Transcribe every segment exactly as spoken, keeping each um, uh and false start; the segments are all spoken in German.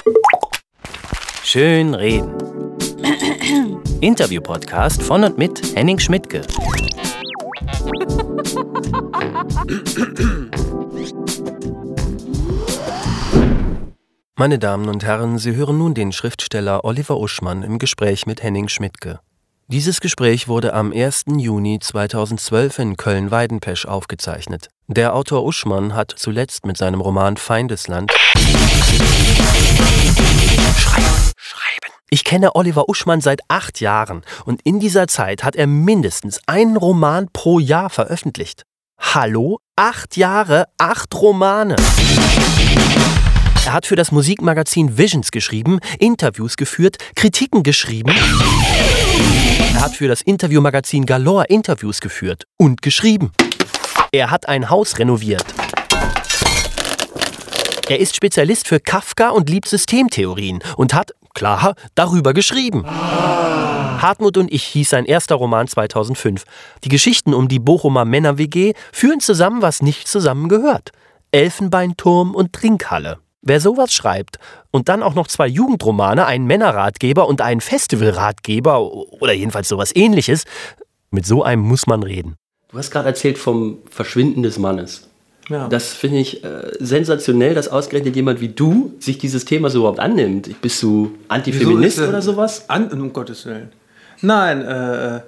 Schön reden. Interview-Podcast von und mit Henning Schmidtke. Meine Damen und Herren, Sie hören nun den Schriftsteller Oliver Uschmann im Gespräch mit Henning Schmidtke. Dieses Gespräch wurde am ersten Juni zweitausendzwölf in Köln-Weidenpesch aufgezeichnet. Der Autor Uschmann hat zuletzt mit seinem Roman Feindesland Schreiben, schreiben. Ich kenne Oliver Uschmann seit acht Jahren und in dieser Zeit hat er mindestens einen Roman pro Jahr veröffentlicht. Hallo? Acht Jahre, acht Romane. Er hat für das Musikmagazin Visions geschrieben, Interviews geführt, Kritiken geschrieben. Er hat für das Interviewmagazin Galore Interviews geführt und geschrieben. Er hat ein Haus renoviert. Er ist Spezialist für Kafka und liebt Systemtheorien und hat, klar, darüber geschrieben. Hartmut und ich hieß sein erster Roman zweitausendfünf. Die Geschichten um die Bochumer Männer-W G führen zusammen, was nicht zusammengehört. Elfenbeinturm und Trinkhalle. Wer sowas schreibt und dann auch noch zwei Jugendromane, einen Männerratgeber und einen Festivalratgeber oder jedenfalls sowas Ähnliches, mit so einem muss man reden. Du hast gerade erzählt vom Verschwinden des Mannes. Ja. Das finde ich äh, sensationell, dass ausgerechnet jemand wie du sich dieses Thema so überhaupt annimmt. Bist du Antifeminist oder sowas? An, um Gottes Willen. Nein, äh,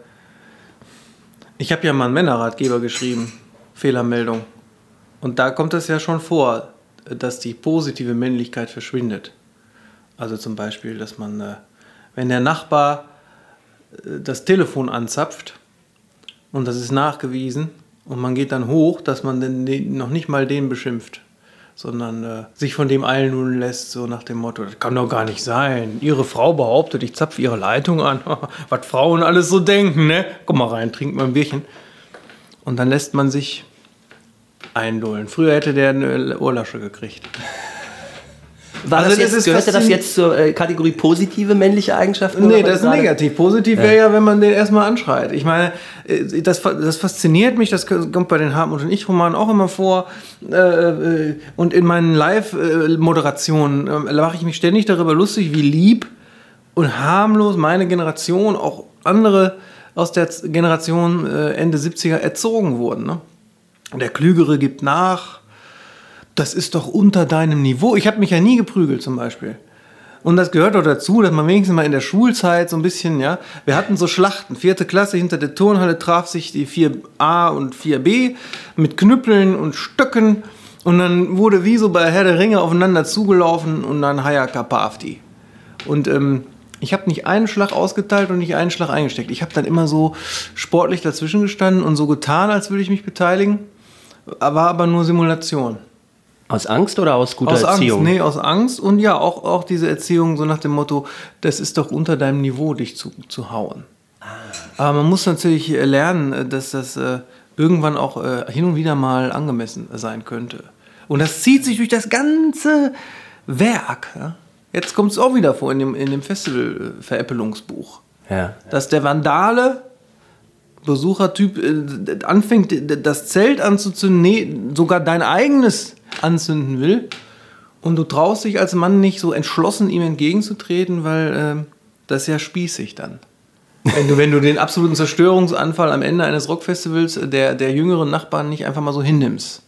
ich habe ja mal einen Männerratgeber geschrieben, Fehlermeldung. Und da kommt es ja schon vor, dass die positive Männlichkeit verschwindet. Also zum Beispiel, dass man, äh, wenn der Nachbar äh, das Telefon anzapft und das ist nachgewiesen und man geht dann hoch, dass man den, den, noch nicht mal den beschimpft, sondern äh, sich von dem einlullen lässt, so nach dem Motto, das kann doch gar nicht sein. Ihre Frau behauptet, ich zapfe ihre Leitung an. Was Frauen alles so denken, ne? Komm mal rein, trink mal ein Bierchen. Und dann lässt man sich einlullen. Früher hätte der eine Ohrlasche gekriegt. War also das jetzt, gehörte das jetzt zur äh, Kategorie positive männliche Eigenschaften? Nee, das ist negativ. Positiv wäre ja. ja, wenn man den erstmal anschreit. Ich meine, das, das fasziniert mich, das kommt bei den Hartmut und ich-Romanen auch immer vor. Äh, und in meinen Live-Moderationen äh, mache ich mich ständig darüber lustig, wie lieb und harmlos meine Generation, auch andere aus der Generation äh, Ende siebziger erzogen wurden. Ne? Der Klügere gibt nach. Das ist doch unter deinem Niveau. Ich habe mich ja nie geprügelt zum Beispiel. Und das gehört doch dazu, dass man wenigstens mal in der Schulzeit so ein bisschen, ja, wir hatten so Schlachten. Vierte Klasse hinter der Turnhalle traf sich die vier a und vier b mit Knüppeln und Stöcken. Und dann wurde wie so bei Herr der Ringe aufeinander zugelaufen und dann Hayaka Pafti. Und ähm, ich habe nicht einen Schlag ausgeteilt und nicht einen Schlag eingesteckt. Ich habe dann immer so sportlich dazwischen gestanden und so getan, als würde ich mich beteiligen. War aber nur Simulation. Aus Angst oder aus guter aus Erziehung? Angst, nee, aus Angst. Und ja, auch, auch diese Erziehung so nach dem Motto, das ist doch unter deinem Niveau, dich zu, zu hauen. Ah. Aber man muss natürlich lernen, dass das äh, irgendwann auch äh, hin und wieder mal angemessen sein könnte. Und das zieht sich durch das ganze Werk. Ja? Jetzt kommt es auch wieder vor in dem, in dem Festival-Veräppelungsbuch. Ja. Dass der Vandale Besuchertyp äh, anfängt, das Zelt anzuzünden, nee, sogar dein eigenes anzünden will und du traust dich als Mann nicht so entschlossen ihm entgegenzutreten, weil äh, das ist ja spießig dann. Wenn du, wenn du den absoluten Zerstörungsanfall am Ende eines Rockfestivals der, der jüngeren Nachbarn nicht einfach mal so hinnimmst.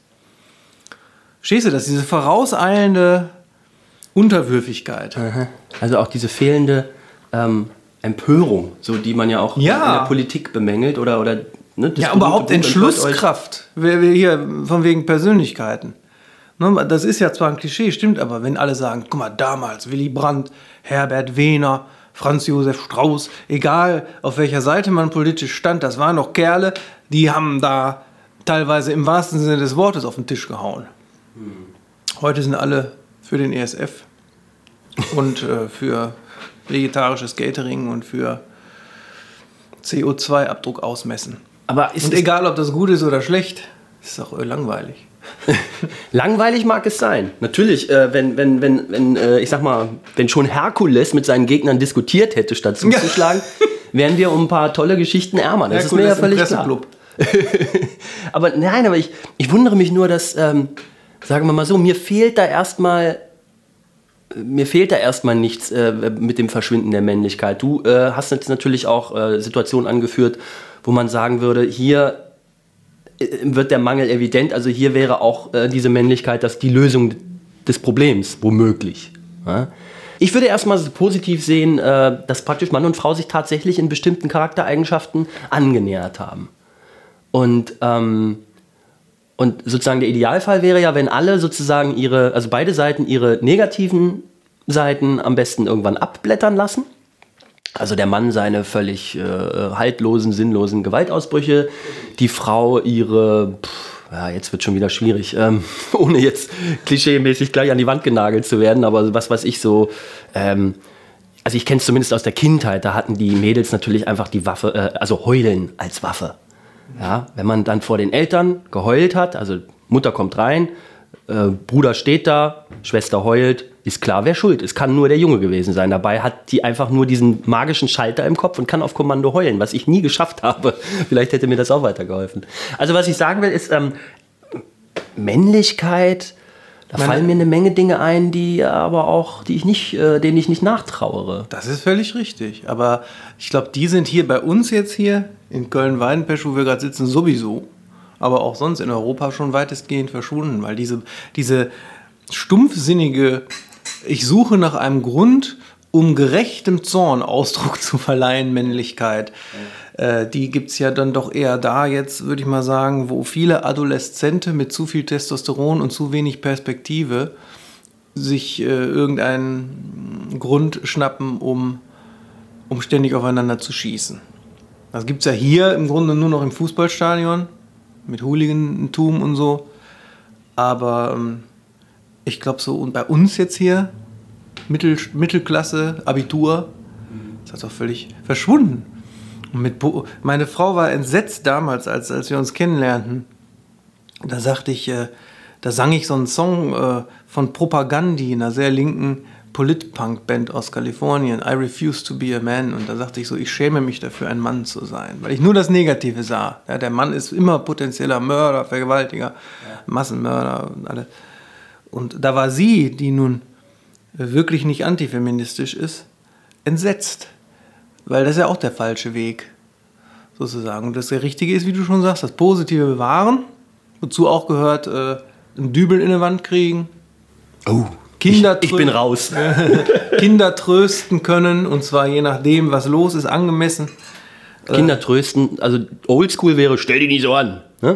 Verstehst du das? Diese vorauseilende Unterwürfigkeit. Aha. Also auch diese fehlende ähm Empörung, so die man ja auch ja. in der Politik bemängelt oder oder ne, ja, überhaupt Entschlusskraft. Wir, wir hier von wegen Persönlichkeiten. Ne, das ist ja zwar ein Klischee, stimmt, aber wenn alle sagen, guck mal, damals Willy Brandt, Herbert Wehner, Franz Josef Strauß, egal auf welcher Seite man politisch stand, das waren noch Kerle, die haben da teilweise im wahrsten Sinne des Wortes auf den Tisch gehauen. Hm. Heute sind alle für den E S F und äh, für vegetarisches Catering und für C O zwei Abdruck ausmessen. Aber ist und egal, ob das gut ist oder schlecht, ist auch langweilig. Langweilig mag es sein. Natürlich, äh, wenn, wenn, wenn, wenn äh, ich sag mal, wenn schon Herkules mit seinen Gegnern diskutiert hätte, statt zuzuschlagen, ja. wären wir um ein paar tolle Geschichten ärmer. Das Herkules ist mir ja völlig klar. aber nein, aber ich, ich wundere mich nur, dass, ähm, sagen wir mal so, mir fehlt da erstmal mir fehlt da erstmal nichts äh, mit dem Verschwinden der Männlichkeit. Du äh, hast jetzt natürlich auch äh, Situationen angeführt, wo man sagen würde, hier äh, wird der Mangel evident, also hier wäre auch äh, diese Männlichkeit das die Lösung des Problems, womöglich. Ja? Ich würde erstmal positiv sehen, äh, dass praktisch Mann und Frau sich tatsächlich in bestimmten Charaktereigenschaften angenähert haben. Und, ähm, und sozusagen der Idealfall wäre ja, wenn alle sozusagen ihre, also beide Seiten ihre negativen Seiten am besten irgendwann abblättern lassen. Also der Mann seine völlig äh, haltlosen, sinnlosen Gewaltausbrüche, die Frau ihre... Pff, ja, jetzt wird schon wieder schwierig, ähm, ohne jetzt klischeemäßig gleich an die Wand genagelt zu werden, aber was weiß ich so, ähm, also ich kenne es zumindest aus der Kindheit, da hatten die Mädels natürlich einfach die Waffe, äh, also Heulen als Waffe. Ja, wenn man dann vor den Eltern geheult hat, also Mutter kommt rein, äh, Bruder steht da, Schwester heult, ist klar, wer schuld ist. Kann nur der Junge gewesen sein. Dabei hat die einfach nur diesen magischen Schalter im Kopf und kann auf Kommando heulen, was ich nie geschafft habe. Vielleicht hätte mir das auch weitergeholfen. Also was ich sagen will, ist ähm, Männlichkeit. Da Meine, fallen mir eine Menge Dinge ein, die aber auch, die ich nicht, äh, denen ich nicht nachtrauere. Das ist völlig richtig. Aber ich glaube, die sind hier bei uns jetzt hier in Köln-Weidenpesch, wo wir gerade sitzen, sowieso. Aber auch sonst in Europa schon weitestgehend verschwunden, weil diese, diese stumpfsinnige, ich suche nach einem Grund, um gerechtem Zorn Ausdruck zu verleihen, Männlichkeit, ja. äh, die gibt es ja dann doch eher da jetzt, würde ich mal sagen, wo viele Adoleszente mit zu viel Testosteron und zu wenig Perspektive sich äh, irgendeinen Grund schnappen, um, um ständig aufeinander zu schießen. Das gibt es ja hier im Grunde nur noch im Fußballstadion, mit Hooligantum und so. Aber ähm, ich glaube so, und bei uns jetzt hier, Mittel, Mittelklasse, Abitur, das ist doch völlig verschwunden. Und mit Bo- meine Frau war entsetzt damals, als, als wir uns kennenlernten. Da sagte ich, äh, da sang ich so einen Song äh, von Propagandi, einer sehr linken Polit-Punk-Band aus Kalifornien, I Refuse to be a Man. Und da sagte ich so, ich schäme mich dafür, ein Mann zu sein, weil ich nur das Negative sah. Ja, der Mann ist immer potenzieller Mörder, Vergewaltiger, ja. Massenmörder und alles. Und da war sie, die nun wirklich nicht antifeministisch ist, entsetzt. Weil das ist ja auch der falsche Weg, sozusagen. Und das der Richtige ist, wie du schon sagst, das Positive bewahren, wozu auch gehört, äh, einen Dübel in die Wand kriegen. Oh, Kinder ich, ich bin raus. Kinder trösten können, und zwar je nachdem, was los ist, angemessen. Kinder äh, trösten, also oldschool wäre, stell dich nicht so an. Ne?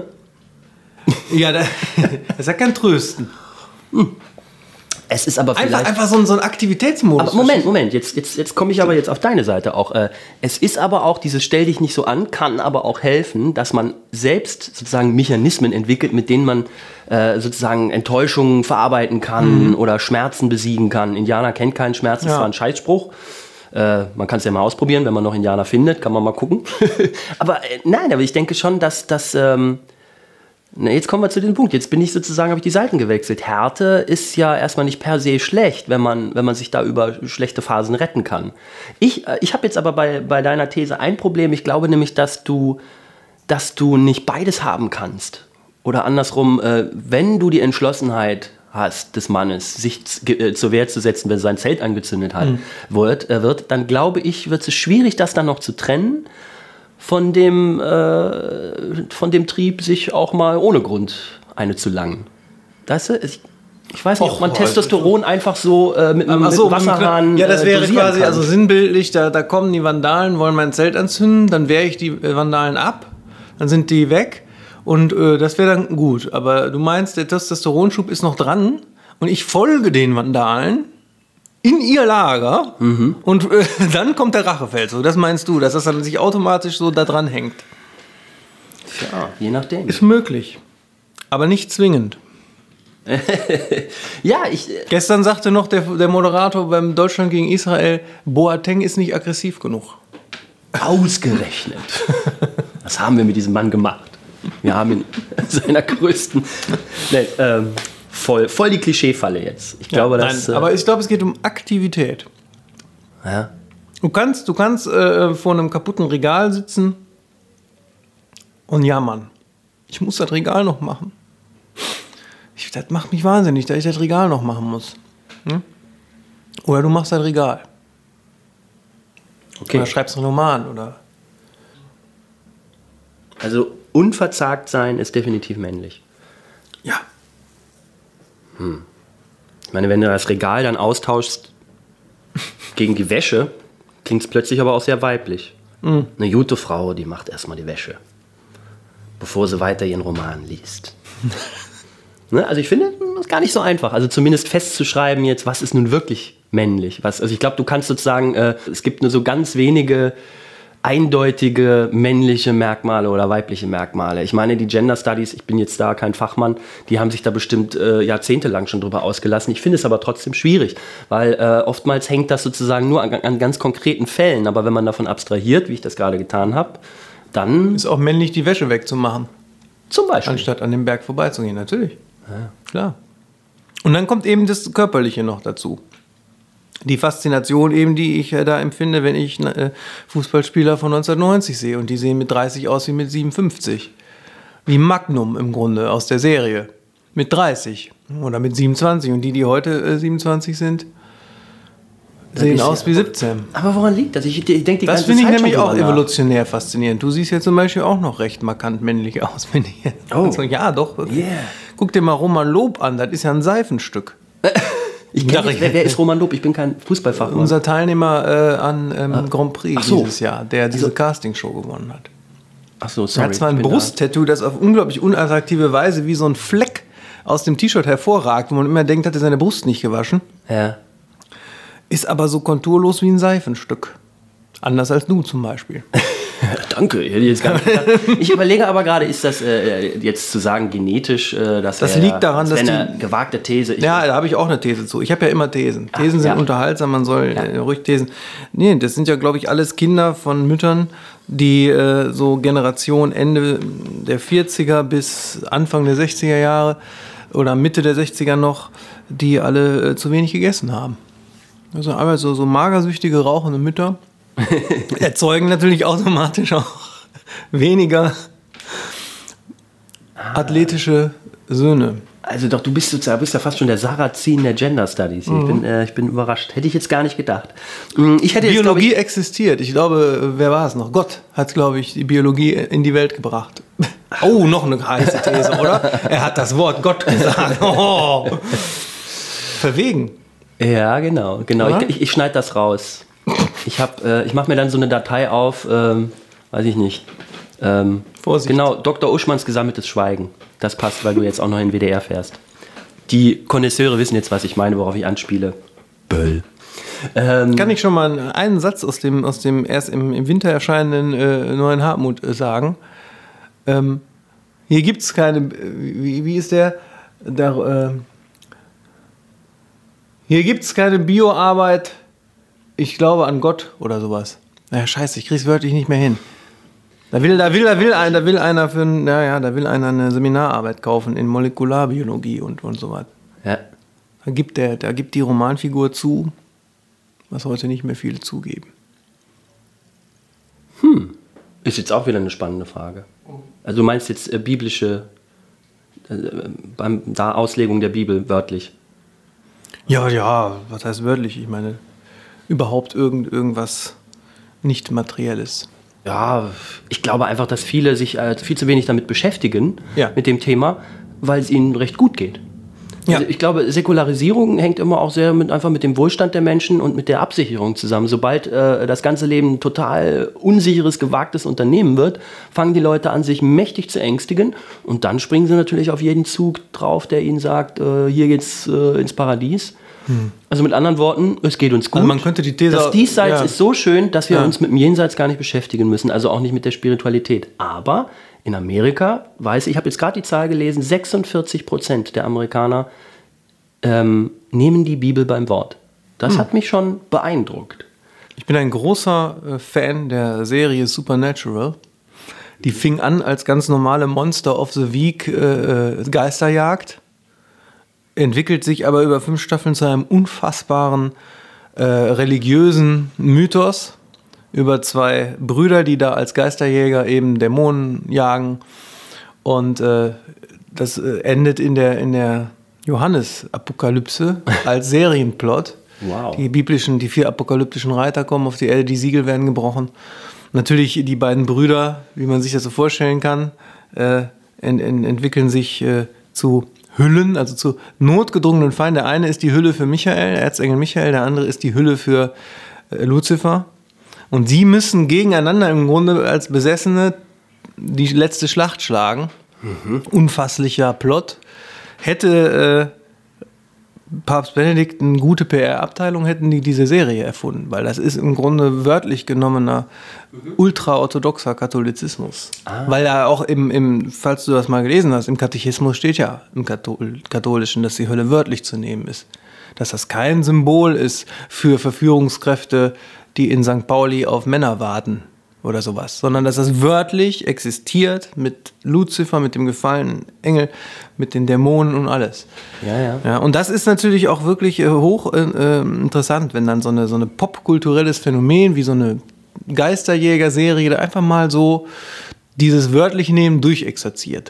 Ja, das ist ja kein Trösten. Hm. Es ist aber vielleicht... Einfach, einfach so ein, so ein Aktivitätsmodus. Aber Moment, Moment, jetzt, jetzt, jetzt komme ich aber jetzt auf deine Seite auch. Es ist aber auch, dieses Stell dich nicht so an, kann aber auch helfen, dass man selbst sozusagen Mechanismen entwickelt, mit denen man äh, sozusagen Enttäuschungen verarbeiten kann mhm. oder Schmerzen besiegen kann. Indianer kennt keinen Schmerz, das ja. war ein Scheißspruch. Äh, man kann es ja mal ausprobieren, wenn man noch Indianer findet, kann man mal gucken. aber äh, nein, aber ich denke schon, dass... dass ähm, Na, jetzt kommen wir zu dem Punkt. Jetzt bin ich sozusagen, habe ich die Seiten gewechselt. Härte ist ja erstmal nicht per se schlecht, wenn man, wenn man sich da über schlechte Phasen retten kann. Ich, ich habe jetzt aber bei, bei deiner These ein Problem. Ich glaube nämlich, dass du, dass du nicht beides haben kannst. Oder andersrum, äh, wenn du die Entschlossenheit hast des Mannes, sich z- äh, zur Wehr zu setzen, wenn sein Zelt angezündet hat, mhm. wird, äh, wird, dann glaube ich, wird es schwierig, das dann noch zu trennen. Von dem, äh, von dem Trieb, sich auch mal ohne Grund eine zu langen. Das, ich, ich weiß nicht, Och, ob man Testosteron also, einfach so äh, mit, mit so, Wasserhahn Ja, das wäre äh, quasi kann. Also sinnbildlich, da, da kommen die Vandalen, wollen mein Zelt anzünden, dann wehre ich die Vandalen ab, dann sind die weg und äh, das wäre dann gut. Aber du meinst, der Testosteronschub ist noch dran und ich folge den Vandalen in ihr Lager mhm. und äh, dann kommt der Rachefeldzug. Das meinst du, dass das dann sich automatisch so da dran hängt? Ja, je nachdem. Ist möglich, aber nicht zwingend. ja, ich... Äh Gestern sagte noch der, der Moderator beim Deutschland gegen Israel, Boateng ist nicht aggressiv genug. Ausgerechnet. Was haben wir mit diesem Mann gemacht? Wir haben ihn seiner größten... nee, ähm... Voll, voll die Klischeefalle jetzt. Ich glaube, ja, dass, nein, aber ich glaube, es geht um Aktivität. Ja. Du kannst, du kannst äh, vor einem kaputten Regal sitzen und jammern. Ich muss das Regal noch machen. Ich, das macht mich wahnsinnig, dass ich das Regal noch machen muss. Hm? Oder du machst ein Regal. Okay. Oder schreibst einen Roman. Oder Also unverzagt sein ist definitiv männlich. ja. Hm. Ich meine, wenn du das Regal dann austauschst gegen die Wäsche, klingt es plötzlich aber auch sehr weiblich. Mhm. Eine gute Frau, die macht erstmal die Wäsche, bevor sie weiter ihren Roman liest. Ne? Also ich finde, das ist gar nicht so einfach. Also zumindest festzuschreiben jetzt, was ist nun wirklich männlich. Was, also ich glaube, du kannst sozusagen, äh, es gibt nur so ganz wenige eindeutige männliche Merkmale oder weibliche Merkmale. Ich meine, die Gender Studies, ich bin jetzt da kein Fachmann, die haben sich da bestimmt äh, jahrzehntelang schon drüber ausgelassen. Ich finde es aber trotzdem schwierig, weil äh, oftmals hängt das sozusagen nur an, an ganz konkreten Fällen. Aber wenn man davon abstrahiert, wie ich das gerade getan habe, dann... Ist auch männlich, die Wäsche wegzumachen. Zum Beispiel. Anstatt an dem Berg vorbeizugehen, natürlich. Ja. Klar. Und dann kommt eben das Körperliche noch dazu. Die Faszination eben, die ich äh, da empfinde, wenn ich äh, Fußballspieler von neunzehnhundertneunzig sehe und die sehen mit dreißig aus wie mit siebenundfünfzig. Wie Magnum im Grunde aus der Serie. Mit dreißig oder mit siebenundzwanzig. Und die, die heute äh, siebenundzwanzig sind, sehen aus wie siebzehn. Aber woran liegt das? Ich, ich denke die Das ganze finde ich Zeit nämlich schon auch drüber nach. evolutionär faszinierend. Du siehst ja zum Beispiel auch noch recht markant männlich aus, finde ich. Oh. Also, ja, doch. Yeah. Guck dir mal Roman Lob an, das ist ja ein Seifenstück. Ich kenn nicht, wer, wer ist Roman Lob? Ich bin kein Fußballfachmann. Unser Teilnehmer äh, an ähm, ah. Grand Prix Ach so. dieses Jahr, der diese Also, Castingshow gewonnen hat. Ach so, sorry. Er hat zwar ein ich bin Brusttattoo, das auf unglaublich unattraktive Weise wie so ein Fleck aus dem T-Shirt hervorragt, wo man immer denkt, hat er seine Brust nicht gewaschen. da. Ja. Ist aber so konturlos wie ein Seifenstück. Anders als du zum Beispiel. Danke. Ich, hätte jetzt gar nicht gedacht. Ich überlege aber gerade, ist das äh, jetzt zu sagen genetisch, äh, das, Das wär, liegt daran, das dass eine gewagte These. Ich Ja, da habe ich auch eine These zu. Ich habe ja immer Thesen. Thesen Ach, sind ja. unterhaltsam, man soll Ja. äh, ruhig Thesen. Nee, das sind ja, glaube ich, alles Kinder von Müttern, die äh, so Generation Ende der vierziger bis Anfang der sechziger Jahre oder Mitte der sechziger noch, die alle äh, zu wenig gegessen haben. Also einmal so, so magersüchtige, rauchende Mütter erzeugen natürlich automatisch auch weniger athletische Söhne. Also doch, du bist sozusagen, bist ja fast schon der Sarrazin der Gender Studies. Mhm. Ich, bin, äh, ich bin überrascht. Hätte ich jetzt gar nicht gedacht. Ich hätte jetzt, Biologie ich, existiert. Ich glaube, wer war es noch? Gott hat, glaube ich, die Biologie in die Welt gebracht. Oh, noch eine heiße These, oder? Er hat das Wort Gott gesagt. Oh. Verwegen. Ja, genau. genau. Ich, ich, ich schneide das raus. Ich, hab, äh, ich mache mir dann so eine Datei auf, ähm, weiß ich nicht. Ähm, Vorsicht. Genau, Doktor Uschmanns gesammeltes Schweigen. Das passt, weil du jetzt auch noch in W D R fährst. Die Konnoisseure wissen jetzt, was ich meine, worauf ich anspiele. Böll. Ähm, Kann ich schon mal einen Satz aus dem, aus dem erst im, im Winter erscheinenden äh, neuen Hartmut äh, sagen? Ähm, hier gibt es keine, wie, wie ist der? der äh, hier gibt es keine Bioarbeit, ich glaube an Gott oder sowas. Naja, scheiße, ich krieg's wörtlich nicht mehr hin. Da will, da will, da will, ein, da will einer für ein, ja, ja, da will einer eine Seminararbeit kaufen in Molekularbiologie und, und so was. ja. Da gibt, der, da gibt die Romanfigur zu, was heute nicht mehr viele zugeben. Hm. Ist jetzt auch wieder eine spannende Frage. Also du meinst jetzt äh, biblische, äh, beim, da Auslegung der Bibel wörtlich. Ja, ja, was heißt wörtlich? Ich meine, überhaupt irgend, irgendwas nicht Materielles. Ja, ich glaube einfach, dass viele sich äh, viel zu wenig damit beschäftigen, Ja. mit dem Thema, weil es ihnen recht gut geht. Ja. Also ich glaube, Säkularisierung hängt immer auch sehr mit, einfach mit dem Wohlstand der Menschen und mit der Absicherung zusammen. Sobald äh, das ganze Leben ein total unsicheres, gewagtes Unternehmen wird, fangen die Leute an, sich mächtig zu ängstigen. Und dann springen sie natürlich auf jeden Zug drauf, der ihnen sagt, äh, hier geht's äh, ins Paradies. Hm. Also mit anderen Worten, es geht uns gut. Also man könnte die These das Diesseits ja. ist so schön, dass wir Ja. uns mit dem Jenseits gar nicht beschäftigen müssen, also auch nicht mit der Spiritualität. Aber in Amerika, weiß ich, ich habe jetzt gerade die Zahl gelesen, sechsundvierzig Prozent der Amerikaner ähm, nehmen die Bibel beim Wort. Das Hm. hat mich schon beeindruckt. Ich bin ein großer äh, Fan der Serie Supernatural. Die fing an als ganz normale Monster of the Week äh, Geisterjagd, entwickelt sich aber über fünf Staffeln zu einem unfassbaren äh, religiösen Mythos über zwei Brüder, die da als Geisterjäger eben Dämonen jagen. Und äh, das äh, endet in der, in der Johannes-Apokalypse als Serienplot. Wow. Die biblischen, die vier apokalyptischen Reiter kommen auf die Erde, die Siegel werden gebrochen. Natürlich die beiden Brüder, wie man sich das so vorstellen kann, äh, ent, ent, entwickeln sich äh, zu Hüllen, also zu notgedrungenen Feinden. Der eine ist die Hülle für Michael, Erzengel Michael, der andere ist die Hülle für äh, Luzifer. Und die müssen gegeneinander im Grunde als Besessene die letzte Schlacht schlagen. Mhm. Unfasslicher Plot. Hätte äh, Papst Benedikt eine gute P R-Abteilung, hätten die diese Serie erfunden, weil das ist im Grunde wörtlich genommener mhm. ultraorthodoxer Katholizismus. Ah. Weil ja auch im, im, falls du das mal gelesen hast, im Katechismus steht ja im Kathol- Katholischen, dass die Hölle wörtlich zu nehmen ist. Dass das kein Symbol ist für Verführungskräfte, die in Sankt Pauli auf Männer warten oder sowas, sondern dass das wörtlich existiert mit Luzifer, mit dem gefallenen Engel, mit den Dämonen und alles. Ja, ja. Ja, und das ist natürlich auch wirklich äh, hoch äh, interessant, wenn dann so eine, so eine popkulturelles Phänomen wie so eine Geisterjäger-Serie da einfach mal so dieses wörtliche Nehmen durchexerziert.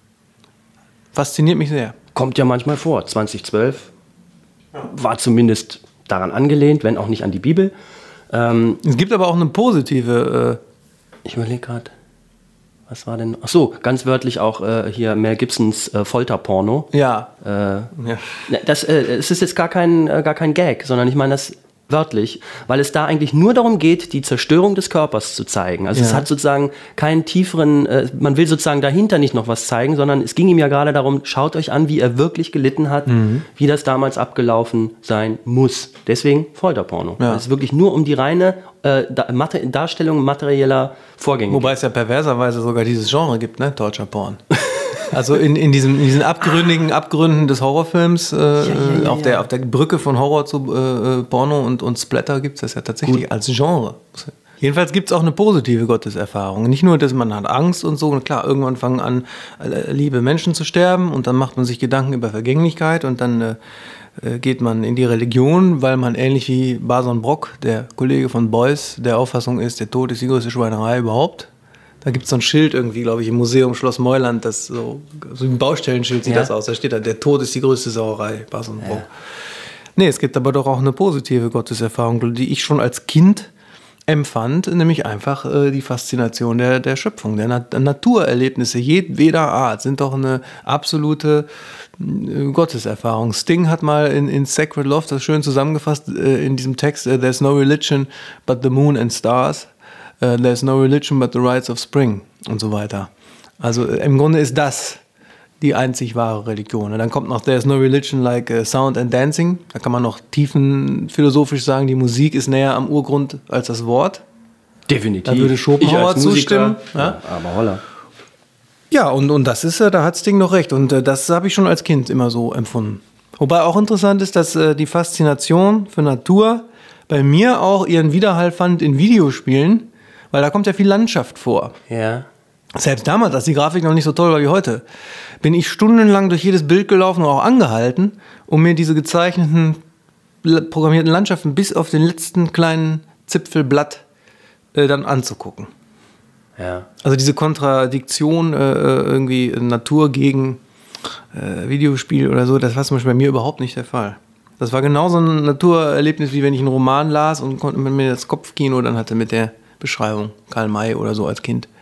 Fasziniert mich sehr. Kommt ja manchmal vor. zwanzig zwölf war zumindest daran angelehnt, wenn auch nicht an die Bibel. Ähm, es gibt aber auch eine positive... Äh ich überlege gerade, was war denn... Ach so, ganz wörtlich auch äh, hier Mel Gibsons äh, Folterporno. Ja. Äh, ja. Das, äh, es ist jetzt gar kein, äh, gar kein Gag, sondern ich meine das wörtlich, weil es da eigentlich nur darum geht, die Zerstörung des Körpers zu zeigen. Also ja. es hat sozusagen keinen tieferen, äh, man will sozusagen dahinter nicht noch was zeigen, sondern es ging ihm ja gerade darum, schaut euch an, wie er wirklich gelitten hat, mhm. wie das damals abgelaufen sein muss. Deswegen Folterporno. Ja. Es ist wirklich nur um die reine äh, Mater- Darstellung materieller Vorgänge. Wobei es ja perverserweise sogar dieses Genre gibt, ne? Torture Porn. Also in, in, diesem, in diesen abgründigen Abgründen des Horrorfilms, äh, ja, ja, ja, auf, der, auf der Brücke von Horror zu äh, Porno und, und Splatter gibt es das ja tatsächlich Gut. als Genre. Jedenfalls gibt es auch eine positive Gotteserfahrung. Nicht nur, dass man hat Angst und so. Und klar, irgendwann fangen an, äh, liebe Menschen zu sterben und dann macht man sich Gedanken über Vergänglichkeit und dann äh, geht man in die Religion, weil man ähnlich wie Bason Brock, der Kollege von Beuys, der Auffassung ist, der Tod ist die größte Schweinerei überhaupt. Da gibt es so ein Schild irgendwie, glaube ich, im Museum Schloss Meuland, das so, so ein Baustellenschild sieht ja. das aus. Da steht da, der Tod ist die größte Sauerei. Bason Brock. Ja. Nee, es gibt aber doch auch eine positive Gotteserfahrung, die ich schon als Kind empfand, nämlich einfach äh, die Faszination der, der Schöpfung, der Nat- Naturerlebnisse jedweder Art sind doch eine absolute äh, Gotteserfahrung. Sting hat mal in, in Sacred Love das schön zusammengefasst äh, in diesem Text, äh, There's no religion but the moon and stars. Uh, there's no religion but the rites of spring und so weiter. Also äh, im Grunde ist das die einzig wahre Religion. Und dann kommt noch There's no religion like uh, sound and dancing. Da kann man noch tiefenphilosophisch sagen, die Musik ist näher am Urgrund als das Wort. Definitiv. Da würde Schopenhauer zustimmen. Ja? Ja, aber holla. Ja, und, und das ist, äh, da hat Sting noch recht. Und äh, das habe ich schon als Kind immer so empfunden. Wobei auch interessant ist, dass äh, die Faszination für Natur bei mir auch ihren Widerhall fand in Videospielen, weil da kommt ja viel Landschaft vor. Ja. Selbst damals, als die Grafik noch nicht so toll war wie heute, bin ich stundenlang durch jedes Bild gelaufen und auch angehalten, um mir diese gezeichneten, programmierten Landschaften bis auf den letzten kleinen Zipfelblatt äh, dann anzugucken. Ja. Also diese Kontradiktion, äh, irgendwie Natur gegen äh, Videospiel oder so, das war zum Beispiel bei mir überhaupt nicht der Fall. Das war genauso ein Naturerlebnis, wie wenn ich einen Roman las und konnte mir das Kopfkino dann hatte mit der Beschreibung, Karl May oder so als Kind.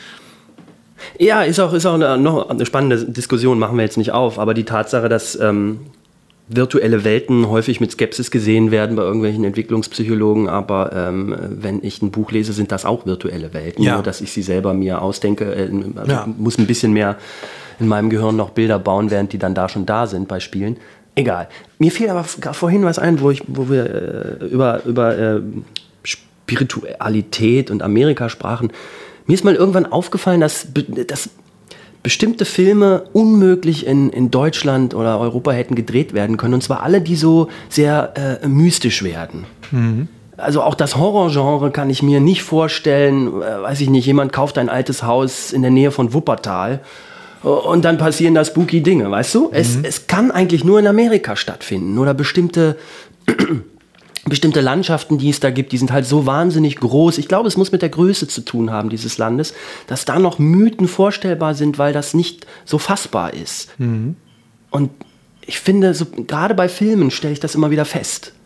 Ja, ist auch, ist auch eine, noch eine spannende Diskussion, machen wir jetzt nicht auf, aber die Tatsache, dass ähm, virtuelle Welten häufig mit Skepsis gesehen werden bei irgendwelchen Entwicklungspsychologen, aber ähm, wenn ich ein Buch lese, sind das auch virtuelle Welten, ja. nur dass ich sie selber mir ausdenke, äh, also ja. muss ein bisschen mehr in meinem Gehirn noch Bilder bauen, während die dann da schon da sind bei Spielen. Egal. Mir fiel aber vorhin was ein, wo, ich, wo wir äh, über, über äh, Spiritualität und Amerika sprachen. Mir ist mal irgendwann aufgefallen, dass, dass bestimmte Filme unmöglich in, in Deutschland oder Europa hätten gedreht werden können. Und zwar alle, die so sehr äh, mystisch werden. Mhm. Also auch das Horrorgenre kann ich mir nicht vorstellen. Äh, weiß ich nicht, jemand kauft ein altes Haus in der Nähe von Wuppertal und dann passieren da spooky Dinge, weißt du? Mhm. Es, es kann eigentlich nur in Amerika stattfinden oder bestimmte... Bestimmte Landschaften, die es da gibt, die sind halt so wahnsinnig groß. Ich glaube, es muss mit der Größe zu tun haben, dieses Landes, dass da noch Mythen vorstellbar sind, weil das nicht so fassbar ist. Mhm. Und ich finde, so, gerade bei Filmen stelle ich das immer wieder fest.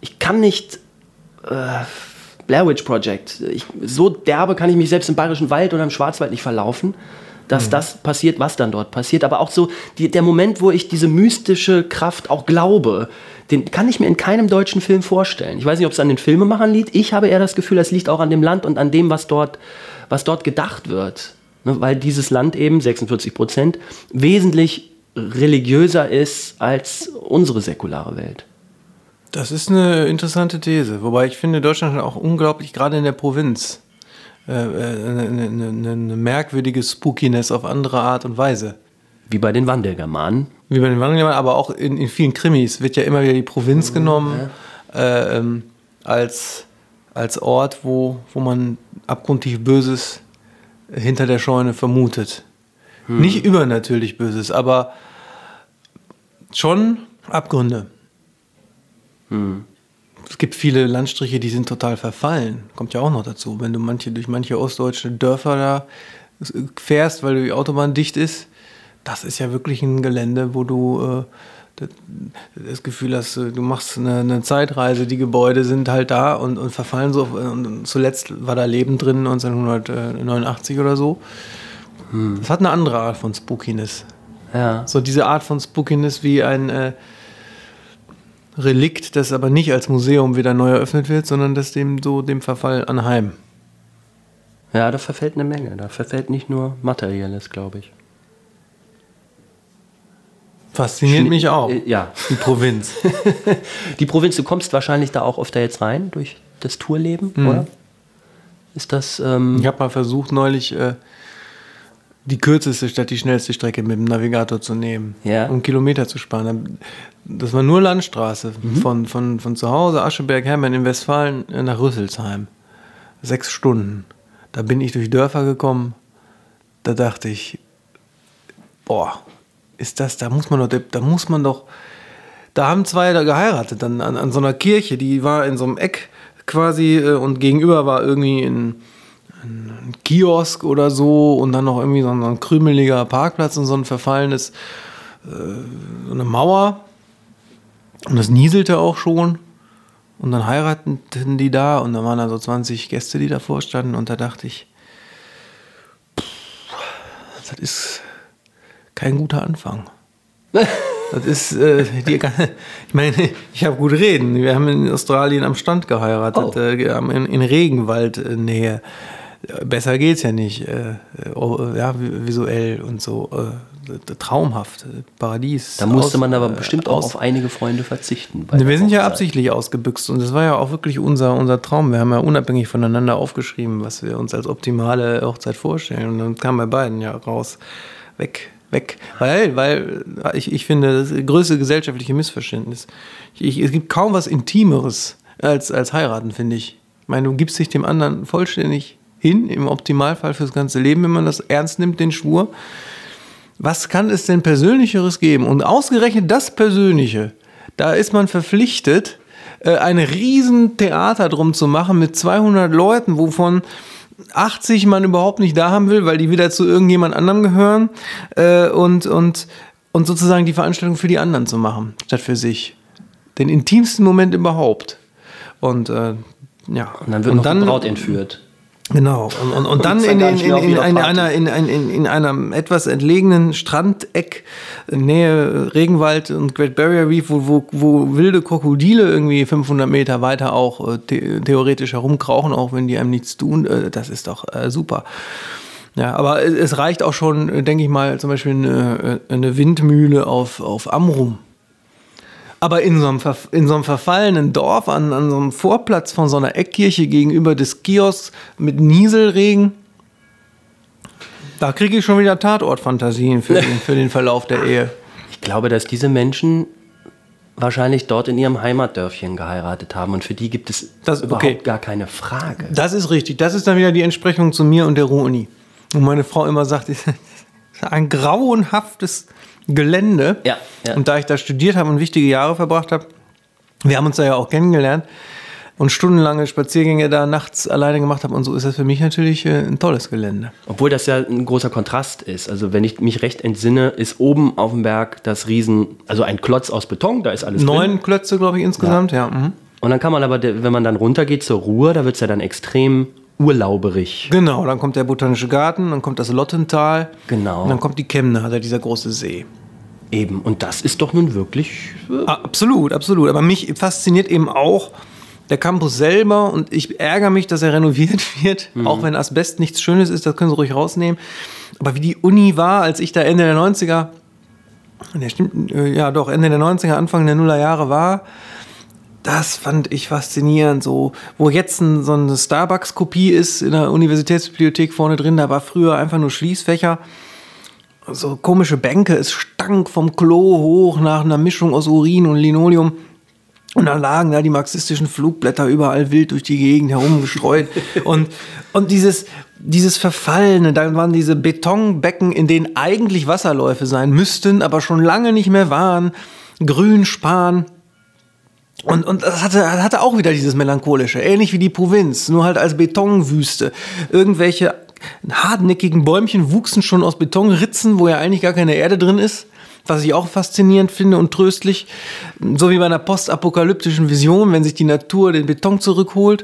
ich kann nicht äh, Blair Witch Project, ich, so derbe kann ich mich selbst im Bayerischen Wald oder im Schwarzwald nicht verlaufen, dass mhm. das passiert, was dann dort passiert. Aber auch so die, der Moment, wo ich diese mystische Kraft auch glaube, den kann ich mir in keinem deutschen Film vorstellen. Ich weiß nicht, ob es an den Filmemachern liegt. Ich habe eher das Gefühl, es liegt auch an dem Land und an dem, was dort, was dort gedacht wird. Ne, weil dieses Land eben, sechsundvierzig Prozent, wesentlich religiöser ist als unsere säkulare Welt. Das ist eine interessante These. Wobei ich finde, Deutschland hat auch unglaublich, gerade in der Provinz, äh, eine, eine, eine merkwürdige Spookiness auf andere Art und Weise. Wie bei den Wandelgermanen. Wie bei den Wandelgermanen, aber auch in, in vielen Krimis wird ja immer wieder die Provinz genommen ja. äh, ähm, als, als Ort, wo, wo man abgrundtief Böses hinter der Scheune vermutet. Hm. Nicht übernatürlich Böses, aber schon Abgründe. Hm. Es gibt viele Landstriche, die sind total verfallen. Kommt ja auch noch dazu. Wenn du manche, durch manche ostdeutsche Dörfer da fährst, weil die Autobahn dicht ist, das ist ja wirklich ein Gelände, wo du äh, das Gefühl hast, du machst eine, eine Zeitreise, die Gebäude sind halt da und, und verfallen so. Und zuletzt war da Leben drin, neunzehnhundertneunundachtzig oder so. Hm. Das hat eine andere Art von Spookiness. Ja. So diese Art von Spookiness wie ein äh, Relikt, das aber nicht als Museum wieder neu eröffnet wird, sondern das dem so dem Verfall anheim. Ja, da verfällt eine Menge. Da verfällt nicht nur Materielles, glaube ich. Fasziniert Schn- mich auch. Äh, ja. Die Provinz. Die Provinz, du kommst wahrscheinlich da auch öfter jetzt rein durch das Tourleben, mhm. oder? Ist das... Ähm ich habe mal versucht neulich äh, die kürzeste statt die schnellste Strecke mit dem Navigator zu nehmen, ja. um Kilometer zu sparen. Das war nur Landstraße, mhm. von, von, von zu Hause, Ascheberg-Hermann in Westfalen nach Rüsselsheim. Sechs Stunden. Da bin ich durch Dörfer gekommen, da dachte ich, boah, ist das, da muss man doch, da muss man doch, da haben zwei da geheiratet, dann an, an so einer Kirche, die war in so einem Eck quasi und gegenüber war irgendwie ein, ein Kiosk oder so und dann noch irgendwie so ein, so ein krümeliger Parkplatz und so ein verfallenes, äh, so eine Mauer und das nieselte auch schon und dann heirateten die da und da waren da so zwanzig Gäste, die davor standen und da dachte ich, pff, das ist kein guter Anfang. Das ist, äh, die, ich meine, ich habe gut reden. Wir haben in Australien am Strand geheiratet, oh. äh, in, in Regenwaldnähe. Besser geht's ja nicht. Äh, äh, ja, visuell und so. Äh, traumhaft. Paradies. Da musste aus, man aber bestimmt auch auf einige Freunde verzichten. Wir sind ja absichtlich ausgebüxt und das war ja auch wirklich unser, unser Traum. Wir haben ja unabhängig voneinander aufgeschrieben, was wir uns als optimale Hochzeit vorstellen. Und dann kam bei beiden ja raus, weg. Weg, weil, weil ich, ich finde, das größte gesellschaftliche Missverständnis. Ich, es gibt kaum was Intimeres als, als heiraten, finde ich. Ich meine, du gibst dich dem anderen vollständig hin, im Optimalfall fürs ganze Leben, wenn man das ernst nimmt, den Schwur. Was kann es denn Persönlicheres geben? Und ausgerechnet das Persönliche, da ist man verpflichtet, ein riesen Theater drum zu machen mit zweihundert Leuten, wovon achtzig man überhaupt nicht da haben will, weil die wieder zu irgendjemand anderem gehören äh, und, und, und sozusagen die Veranstaltung für die anderen zu machen, statt für sich. Den intimsten Moment überhaupt. Und äh, ja. Und dann wird und noch dann, die Braut entführt. Genau. Und, und, und dann in, in, in, in, in, einer, in, in, in einem etwas entlegenen Strandeck, Nähe Regenwald und Great Barrier Reef, wo, wo, wo wilde Krokodile irgendwie fünfhundert Meter weiter auch äh, the- theoretisch herumkrauchen, auch wenn die einem nichts tun, äh, das ist doch äh, super. Ja, aber es, es reicht auch schon, denke ich mal, zum Beispiel eine, eine Windmühle auf, auf Amrum. Aber in so einem, Verf- in so einem verfallenen Dorf, an, an so einem Vorplatz von so einer Eckkirche gegenüber des Kiosks mit Nieselregen, da kriege ich schon wieder Tatortfantasien für den, für den Verlauf der Ehe. Ich glaube, dass diese Menschen wahrscheinlich dort in ihrem Heimatdörfchen geheiratet haben und für die gibt es das, überhaupt okay. gar keine Frage. Das ist richtig. Das ist dann wieder die Entsprechung zu mir und der Ruhr-Uni. Und meine Frau immer sagt, ein grauenhaftes Gelände. Ja, ja. Und da ich da studiert habe und wichtige Jahre verbracht habe, wir haben uns da ja auch kennengelernt und stundenlange Spaziergänge da nachts alleine gemacht habe und so, ist das für mich natürlich äh, ein tolles Gelände. Obwohl das ja ein großer Kontrast ist. Also wenn ich mich recht entsinne, ist oben auf dem Berg das Riesen, also ein Klotz aus Beton, da ist alles Neun drin. Klötze, glaube ich, insgesamt, ja. ja. Mhm. Und dann kann man aber, wenn man dann runtergeht zur Ruhr, da wird es ja dann extrem urlauberig. Genau, dann kommt der Botanische Garten, dann kommt das Lottental. Genau. Und dann kommt die Kemnacher, da dieser große See. Eben, und das ist doch nun wirklich... Äh absolut, absolut. Aber mich fasziniert eben auch der Campus selber und ich ärgere mich, dass er renoviert wird, mhm. auch wenn Asbest nichts Schönes ist, das können Sie ruhig rausnehmen. Aber wie die Uni war, als ich da Ende der neunziger, ja, stimmt, ja doch, Ende der neunziger, Anfang der Nullerjahre war, das fand ich faszinierend. So, wo jetzt ein, so eine Starbucks-Kopie ist in der Universitätsbibliothek vorne drin, da war früher einfach nur Schließfächer. So komische Bänke, es stank vom Klo hoch nach einer Mischung aus Urin und Linoleum. Und dann lagen da die marxistischen Flugblätter überall wild durch die Gegend herumgestreut. und, und dieses, dieses Verfallene, da waren diese Betonbecken, in denen eigentlich Wasserläufe sein müssten, aber schon lange nicht mehr waren. Grünspan. Und, und das hatte, hatte auch wieder dieses Melancholische, ähnlich wie die Provinz, nur halt als Betonwüste. Irgendwelche hartnäckigen Bäumchen wuchsen schon aus Betonritzen, wo ja eigentlich gar keine Erde drin ist, was ich auch faszinierend finde und tröstlich. So wie bei einer postapokalyptischen Vision, wenn sich die Natur den Beton zurückholt.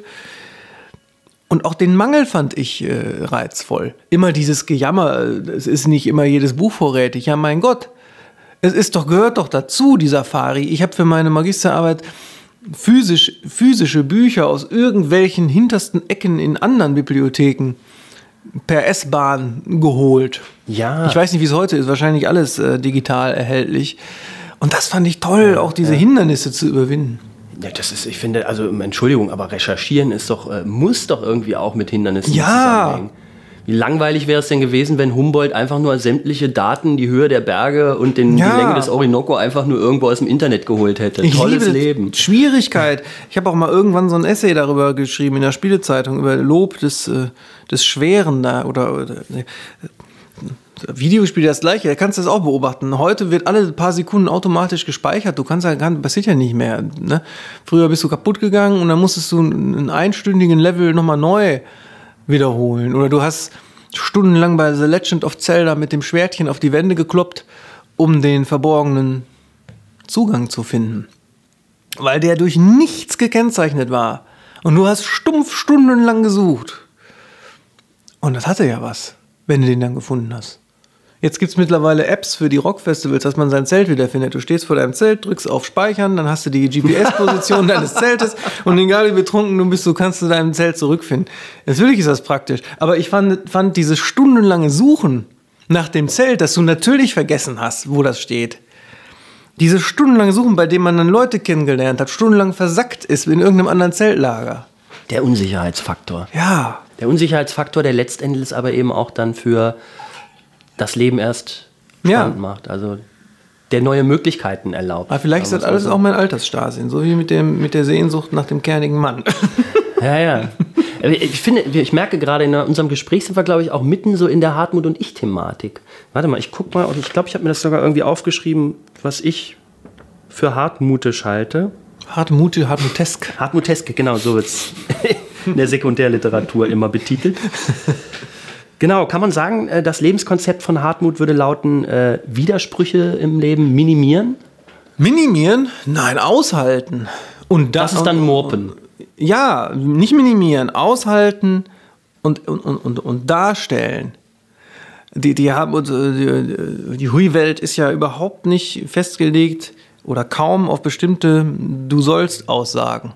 Und auch den Mangel fand ich äh, reizvoll. Immer dieses Gejammer, es ist nicht immer jedes Buch vorrätig. Ja, mein Gott, es ist doch, gehört doch dazu, die Safari. Ich habe für meine Magisterarbeit physisch, physische Bücher aus irgendwelchen hintersten Ecken in anderen Bibliotheken per S-Bahn geholt. Ja. Ich weiß nicht, wie es heute ist. Wahrscheinlich alles äh, digital erhältlich. Und das fand ich toll, auch diese ja. Hindernisse zu überwinden. Ja, das ist, ich finde, also Entschuldigung, aber recherchieren ist doch, äh, muss doch irgendwie auch mit Hindernissen ja. zusammenhängen. Wie langweilig wäre es denn gewesen, wenn Humboldt einfach nur sämtliche Daten, die Höhe der Berge und den, ja. die Länge des Orinoco einfach nur irgendwo aus dem Internet geholt hätte. Ich Tolles liebe Leben. Schwierigkeit. Ich habe auch mal irgendwann so ein Essay darüber geschrieben in der Spielezeitung über Lob des, äh, des Schweren da oder, oder ne. Videospiel das gleiche, da kannst du das auch beobachten. Heute wird alle paar Sekunden automatisch gespeichert. Du kannst ja gar nicht, passiert ja nicht mehr. Ne? Früher bist du kaputt gegangen und dann musstest du einen einstündigen Level nochmal neu wiederholen. Oder du hast stundenlang bei The Legend of Zelda mit dem Schwertchen auf die Wände gekloppt, um den verborgenen Zugang zu finden. Weil der durch nichts gekennzeichnet war. Und du hast stumpf stundenlang gesucht. Und das hatte ja was, wenn du den dann gefunden hast. Jetzt gibt es mittlerweile Apps für die Rockfestivals, dass man sein Zelt wiederfindet. Du stehst vor deinem Zelt, drückst auf Speichern, dann hast du die G P S-Position deines Zeltes und egal wie betrunken du bist, du kannst zu deinem Zelt zurückfinden. Natürlich ist das praktisch, aber ich fand, fand dieses stundenlange Suchen nach dem Zelt, das du natürlich vergessen hast, wo das steht, dieses stundenlange Suchen, bei dem man dann Leute kennengelernt hat, stundenlang versackt ist in irgendeinem anderen Zeltlager. Der Unsicherheitsfaktor. Ja. Der Unsicherheitsfaktor, der letztendlich aber eben auch dann für das Leben erst spannend ja. macht. Also der neue Möglichkeiten erlaubt. Aber vielleicht ist das alles auch mein Altersstarrsinn, so wie mit, dem, mit der Sehnsucht nach dem kernigen Mann. Ja, ja. Ich finde, ich merke gerade in unserem Gespräch sind wir, glaube ich, auch mitten so in der Hartmut- und Ich-Thematik. Warte mal, ich guck mal, ich glaube, ich habe mir das sogar irgendwie aufgeschrieben, was ich für hartmutisch halte. Hartmute, hartmutesk. Hartmutesk, genau, so wird es in der Sekundärliteratur immer betitelt. Genau, kann man sagen, das Lebenskonzept von Hartmut würde lauten, äh, Widersprüche im Leben minimieren? Minimieren? Nein, aushalten. Und das, das ist dann Murpen. Ja, nicht minimieren, aushalten und, und, und, und darstellen. Die, die, haben, die, die Hui-Welt ist ja überhaupt nicht festgelegt oder kaum auf bestimmte Du sollst Aussagen.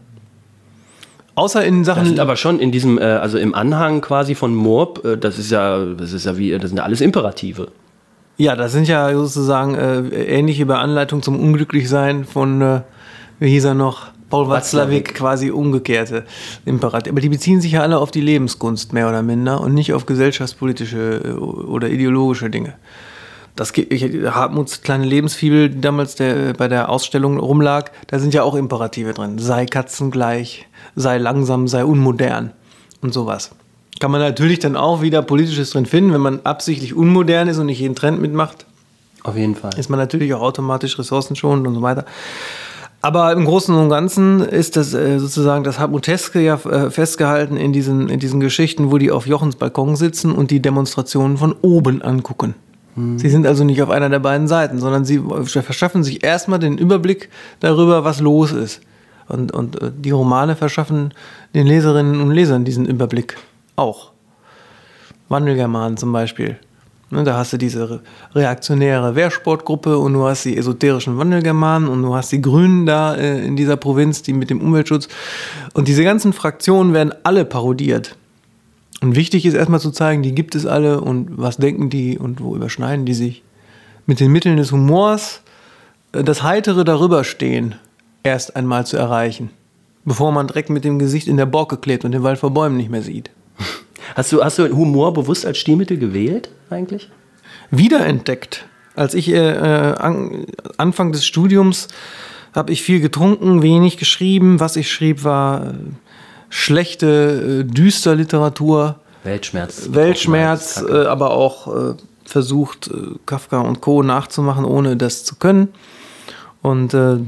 Außer in Sachen. Das sind aber schon in diesem, äh, also im Anhang quasi von Murp, äh, das ist ja, das ist ja wie, das sind ja alles Imperative. Ja, das sind ja sozusagen äh, ähnliche bei Anleitung zum Unglücklichsein von, äh, wie hieß er noch, Paul Watzlawick, quasi umgekehrte Imperative. Aber die beziehen sich ja alle auf die Lebenskunst mehr oder minder und nicht auf gesellschaftspolitische oder ideologische Dinge. Das geht, ich, Hartmuts kleine Lebensfibel, die damals der, bei der Ausstellung rumlag, da sind ja auch Imperative drin. Sei katzengleich, sei langsam, sei unmodern und sowas. Kann man natürlich dann auch wieder Politisches drin finden, wenn man absichtlich unmodern ist und nicht jeden Trend mitmacht. Auf jeden Fall. Ist man natürlich auch automatisch ressourcenschonend und so weiter. Aber im Großen und Ganzen ist das äh, sozusagen das Hartmuteske ja äh, festgehalten in diesen, in diesen Geschichten, wo die auf Jochens Balkon sitzen und die Demonstrationen von oben angucken. Hm. Sie sind also nicht auf einer der beiden Seiten, sondern sie verschaffen sich erstmal den Überblick darüber, was los ist. Und, und äh, die Romane verschaffen den Leserinnen und Lesern diesen Überblick auch. Wandelgermanen zum Beispiel. Ne, da hast du diese re- reaktionäre Wehrsportgruppe und du hast die esoterischen Wandelgermanen und du hast die Grünen da äh, in dieser Provinz, die mit dem Umweltschutz. Und diese ganzen Fraktionen werden alle parodiert. Und wichtig ist erstmal zu zeigen, die gibt es alle und was denken die und wo überschneiden die sich. Mit den Mitteln des Humors äh, das Heitere Darüberstehen erst einmal zu erreichen, bevor man direkt mit dem Gesicht in der Borke klebt und den Wald vor Bäumen nicht mehr sieht. Hast du, hast du Humor bewusst als Stilmittel gewählt eigentlich? Wiederentdeckt. Als ich äh, an, Anfang des Studiums habe ich viel getrunken, wenig geschrieben. Was ich schrieb, war äh, schlechte, äh, düster Literatur. Weltschmerz. Weltschmerz, äh, aber auch äh, versucht, äh, Kafka und Co. nachzumachen, ohne das zu können. Und äh,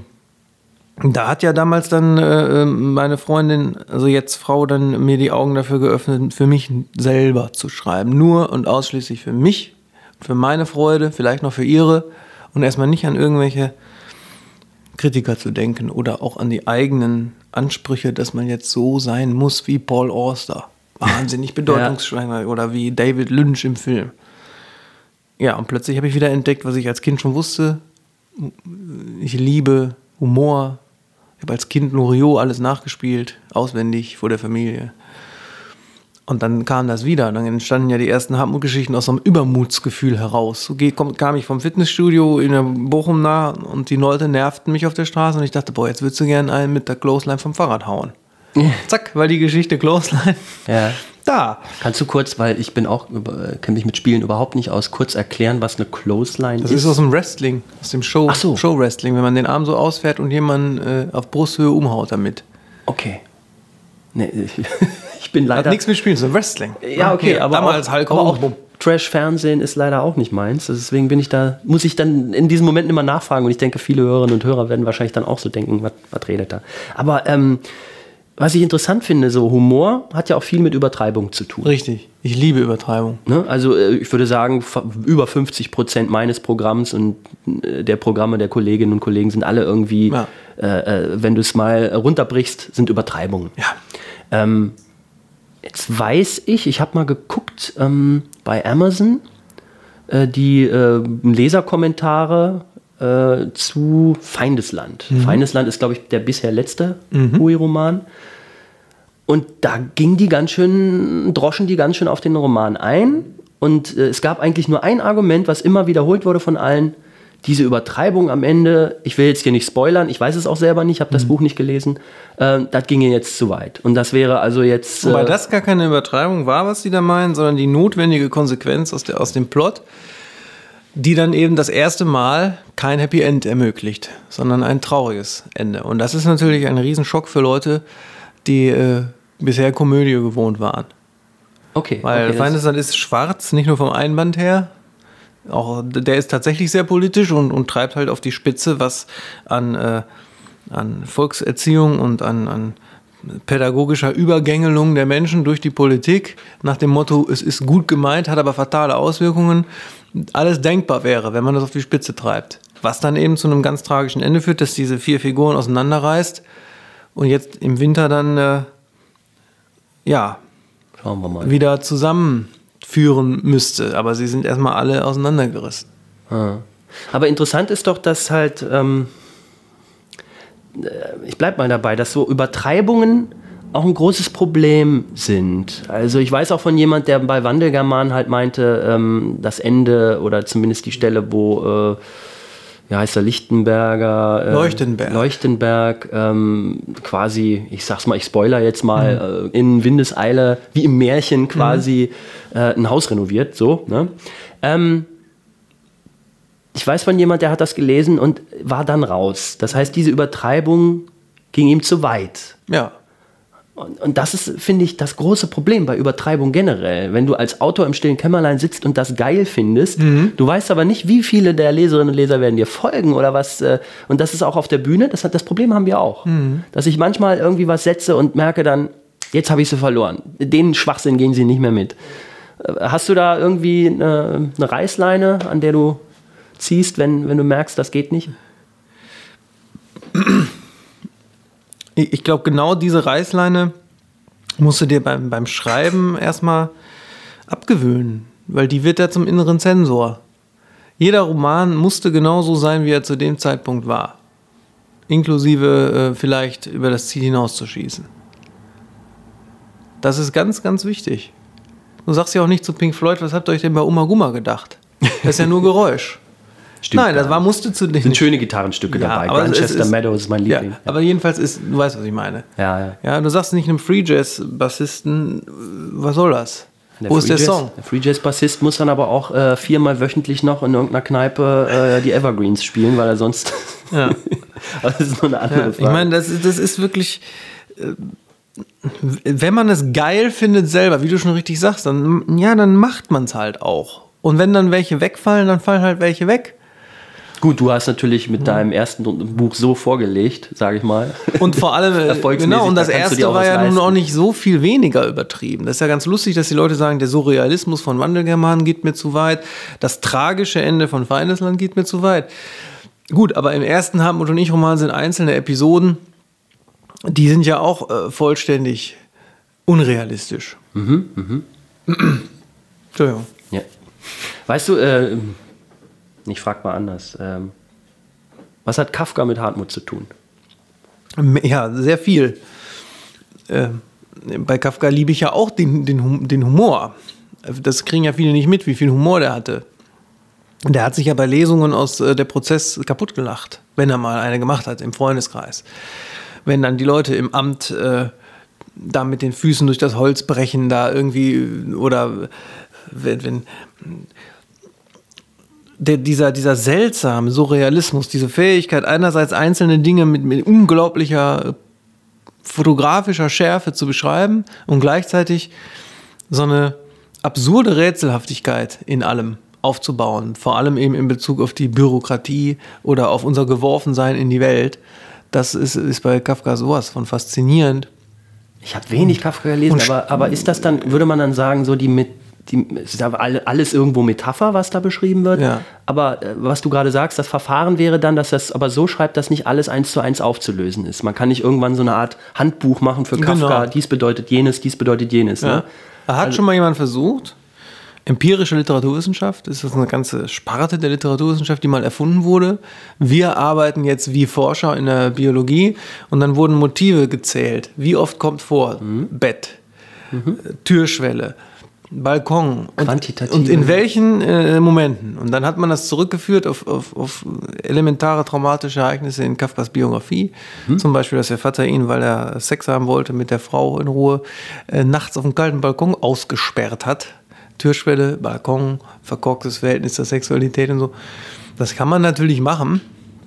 da hat ja damals dann äh, meine Freundin, also jetzt Frau, dann mir die Augen dafür geöffnet, für mich selber zu schreiben. Nur und ausschließlich für mich, für meine Freude, vielleicht noch für ihre und erstmal nicht an irgendwelche Kritiker zu denken oder auch an die eigenen Ansprüche, dass man jetzt so sein muss wie Paul Auster. Wahnsinnig bedeutungsschwanger. Ja. Oder wie David Lynch im Film. Ja, und plötzlich habe ich wieder entdeckt, was ich als Kind schon wusste. Ich liebe Humor. Ich habe als Kind Loriot alles nachgespielt, auswendig vor der Familie. Und dann kam das wieder. Dann entstanden ja die ersten Hartmut-Geschichten aus so einem Übermutsgefühl heraus. So kam ich vom Fitnessstudio in der Bochum nah und die Leute nervten mich auf der Straße und ich dachte, boah, jetzt würdest du gerne einen mit der Clothesline vom Fahrrad hauen. Zack, weil die Geschichte Clothesline ja. da. Kannst du kurz, weil ich bin auch, kenne mich mit Spielen überhaupt nicht aus, kurz erklären, was eine Clothesline das ist? Das ist aus dem Wrestling, aus dem Show, Ach so. Show-Wrestling, wenn man den Arm so ausfährt und jemanden äh, auf Brusthöhe umhaut damit. Okay. Nee, ich bin leider... Hat nichts mit Spielen, so Wrestling. Ja, okay, okay aber, damals auch, Hulk aber auch Hogan. Trash-Fernsehen ist leider auch nicht meins. Deswegen bin ich da, muss ich dann in diesen Momenten immer nachfragen und ich denke, viele Hörerinnen und Hörer werden wahrscheinlich dann auch so denken, was, was redet da? Aber ähm, was ich interessant finde, so Humor hat ja auch viel mit Übertreibung zu tun. Richtig, ich liebe Übertreibung. Ne? Also ich würde sagen, über fünfzig Prozent meines Programms und der Programme der Kolleginnen und Kollegen sind alle irgendwie, ja. äh, wenn du es mal runterbrichst, sind Übertreibungen. Ja. Ähm, jetzt weiß ich, ich habe mal geguckt ähm, bei Amazon, äh, die äh, Leserkommentare äh, zu Feindesland. Mhm. Feindesland ist, glaube ich, der bisher letzte mhm. Hui-Roman. Und da ging die ganz schön, droschen die ganz schön auf den Roman ein. Und äh, es gab eigentlich nur ein Argument, was immer wiederholt wurde von allen. Diese Übertreibung am Ende, ich will jetzt hier nicht spoilern, ich weiß es auch selber nicht, ich habe das mhm. Buch nicht gelesen, äh, das ginge jetzt zu weit. Und das wäre also jetzt... Äh, Wobei das gar keine Übertreibung war, was die da meinen, sondern die notwendige Konsequenz aus, der, aus dem Plot, die dann eben das erste Mal kein Happy End ermöglicht, sondern ein trauriges Ende. Und das ist natürlich ein Riesenschock für Leute, die äh, bisher Komödie gewohnt waren. Okay. Weil okay, Feindesland ist schwarz, nicht nur vom Einband her, auch der ist tatsächlich sehr politisch und, und treibt halt auf die Spitze, was an, äh, an Volkserziehung und an, an pädagogischer Übergängelung der Menschen durch die Politik nach dem Motto, es ist gut gemeint, hat aber fatale Auswirkungen, alles denkbar wäre, wenn man das auf die Spitze treibt. Was dann eben zu einem ganz tragischen Ende führt, dass diese vier Figuren auseinanderreißt und jetzt im Winter dann äh, ja Schauen wir mal. wieder zusammenführen müsste. Aber sie sind erstmal alle auseinandergerissen. Ah. Aber interessant ist doch, dass halt, ähm, ich bleib mal dabei, dass so Übertreibungen auch ein großes Problem sind. Also ich weiß auch von jemand, der bei Wandelgerman halt meinte, ähm, das Ende oder zumindest die Stelle, wo, äh, wie heißt er, Lichtenberger? Äh, Leuchtenberg. Leuchtenberg, ähm, quasi, ich sag's mal, ich spoiler jetzt mal, mhm. äh, in Windeseile, wie im Märchen quasi, mhm. äh, ein Haus renoviert, so, ne? Ähm, ich weiß von jemand, der hat das gelesen und war dann raus. Das heißt, diese Übertreibung ging ihm zu weit. Ja. Und, und das ist, finde ich, das große Problem bei Übertreibung generell. Wenn du als Autor im stillen Kämmerlein sitzt und das geil findest, mhm. du weißt aber nicht, wie viele der Leserinnen und Leser werden dir folgen oder was. Äh, und das ist auch auf der Bühne, das, hat, das Problem haben wir auch. Mhm. Dass ich manchmal irgendwie was setze und merke dann, jetzt habe ich sie verloren. Den Schwachsinn gehen sie nicht mehr mit. Äh, hast du da irgendwie eine, eine Reißleine, an der du ziehst, wenn, wenn du merkst, das geht nicht? Ich, ich glaube, genau diese Reißleine musst du dir beim, beim Schreiben erstmal abgewöhnen, weil die wird ja zum inneren Zensor. Jeder Roman musste genauso sein, wie er zu dem Zeitpunkt war. Inklusive äh, vielleicht über das Ziel hinauszuschießen. Das ist ganz, ganz wichtig. Du sagst ja auch nicht zu Pink Floyd, was habt ihr euch denn bei Uma Guma gedacht? Das ist ja nur Geräusch. Stimmt. Nein, das war, musste zu den... sind schöne Gitarrenstücke ja, dabei. aber Manchester ist, Meadows ist mein Liebling. Ja, aber jedenfalls ist, du weißt, was ich meine. Ja, ja. Ja, du sagst nicht einem Free Jazz-Bassisten, was soll das? Der Wo Free ist der Jazz, Song? Der Free Jazz-Bassist muss dann aber auch äh, viermal wöchentlich noch in irgendeiner Kneipe äh, die Evergreens spielen, weil er sonst... Ja. Aber das ist nur eine andere Ja, Frage. ich meine, das, das ist wirklich... Äh, wenn man es geil findet selber, wie du schon richtig sagst, dann, ja, dann macht man es halt auch. Und wenn dann welche wegfallen, dann fallen halt welche weg. Gut, du hast natürlich mit deinem ersten Buch so vorgelegt, sage ich mal. Und vor allem, genau, und das erste war ja nun auch nicht so viel weniger übertrieben. Das ist ja ganz lustig, dass die Leute sagen, der Surrealismus von Wandelgermanen geht mir zu weit, das tragische Ende von Feindesland geht mir zu weit. Gut, aber im ersten Hartmut und ich-Roman sind einzelne Episoden, die sind ja auch äh, vollständig unrealistisch. Mhm, mhm. Entschuldigung. Ja. Weißt du, äh, ich frage mal anders. Ähm, was hat Kafka mit Hartmut zu tun? Ja, sehr viel. Äh, bei Kafka liebe ich ja auch den, den, den Humor. Das kriegen ja viele nicht mit, wie viel Humor der hatte. Der hat sich ja bei Lesungen aus äh, der Prozess kaputt gelacht, wenn er mal eine gemacht hat im Freundeskreis. Wenn dann die Leute im Amt äh, da mit den Füßen durch das Holz brechen, da irgendwie, oder wenn, wenn der, dieser, dieser seltsame Surrealismus, diese Fähigkeit, einerseits einzelne Dinge mit, mit unglaublicher fotografischer Schärfe zu beschreiben und gleichzeitig so eine absurde Rätselhaftigkeit in allem aufzubauen, vor allem eben in Bezug auf die Bürokratie oder auf unser Geworfensein in die Welt. Das ist, ist bei Kafka sowas von faszinierend. Ich habe wenig Kafka gelesen, aber, aber ist das dann, würde man dann sagen, so die mit, die, ist da alles irgendwo Metapher, was da beschrieben wird? Ja. Aber äh, was du gerade sagst, das Verfahren wäre dann, dass das aber so schreibt, dass nicht alles eins zu eins aufzulösen ist. Man kann nicht irgendwann so eine Art Handbuch machen für Kafka, genau. Dies bedeutet jenes, dies bedeutet jenes. Ja. Ne? Hat also, schon mal jemand versucht? Empirische Literaturwissenschaft ist das eine ganze Sparte der Literaturwissenschaft, die mal erfunden wurde. Wir arbeiten jetzt wie Forscher in der Biologie und dann wurden Motive gezählt. Wie oft kommt vor? Mhm. Bett, mhm. Türschwelle, Balkon und, und in welchen äh, Momenten. Und dann hat man das zurückgeführt auf, auf, auf elementare traumatische Ereignisse in Kafkas Biografie. Mhm. Zum Beispiel, dass der Vater ihn, weil er Sex haben wollte mit der Frau in Ruhe, äh, nachts auf dem kalten Balkon ausgesperrt hat. Türschwelle, Balkon, verkorkstes Verhältnis zur Sexualität und so. Das kann man natürlich machen.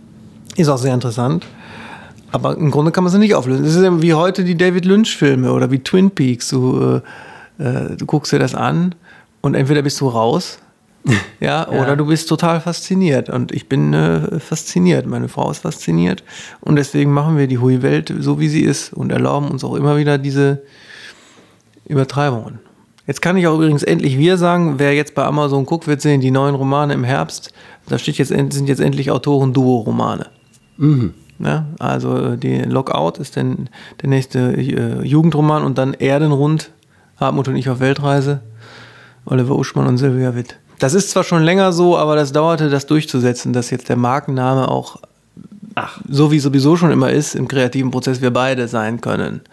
Ist auch sehr interessant. Aber im Grunde kann man es nicht auflösen. Das ist ja wie heute die David Lynch-Filme oder wie Twin Peaks. Du, äh, du guckst dir das an und entweder bist du raus ja, ja. oder du bist total fasziniert. Und ich bin äh, fasziniert. Meine Frau ist fasziniert. Und deswegen machen wir die Hui-Welt so, wie sie ist und erlauben uns auch immer wieder diese Übertreibungen. Jetzt kann ich auch übrigens endlich wir sagen, wer jetzt bei Amazon guckt, wird sehen, die neuen Romane im Herbst, da steht jetzt, sind jetzt endlich Autoren-Duo-Romane. Mhm. Ja, also die Lockout ist dann der nächste äh, Jugendroman und dann Erdenrund, Hartmut und ich auf Weltreise, Oliver Uschmann und Sylvia Witt. Das ist zwar schon länger so, aber das dauerte, das durchzusetzen, dass jetzt der Markenname auch, ach, so wie sowieso schon immer ist, im kreativen Prozess wir beide sein können.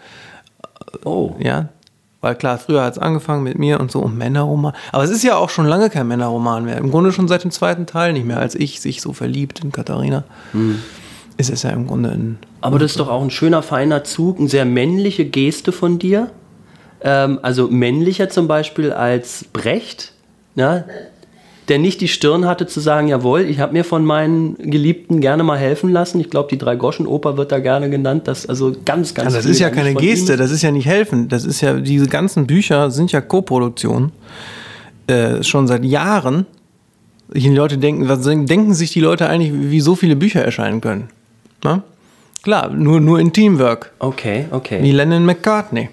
Oh. Ja. Weil klar, früher hat es angefangen mit mir und so und Männerroman. Aber es ist ja auch schon lange kein Männerroman mehr. Im Grunde schon seit dem zweiten Teil nicht mehr. Als ich sich so verliebt in Katharina, hm. ist es ja im Grunde ein... Aber das ist doch auch ein schöner, feiner Zug, eine sehr männliche Geste von dir. Ähm, also männlicher zum Beispiel als Brecht, ja, der nicht die Stirn hatte zu sagen, jawohl, ich habe mir von meinen Geliebten gerne mal helfen lassen. Ich glaube, die Drei-Groschen-Oper wird da gerne genannt. Das also ganz, ganz. Ja, das ist ja keine Geste, das ist ja nicht helfen. Das ist ja, diese ganzen Bücher sind ja Koproduktionen. Äh, schon seit Jahren. Die Leute denken, was denken sich die Leute eigentlich, wie so viele Bücher erscheinen können? Na? Klar, nur, nur in Teamwork. Okay, okay. Wie Lennon McCartney.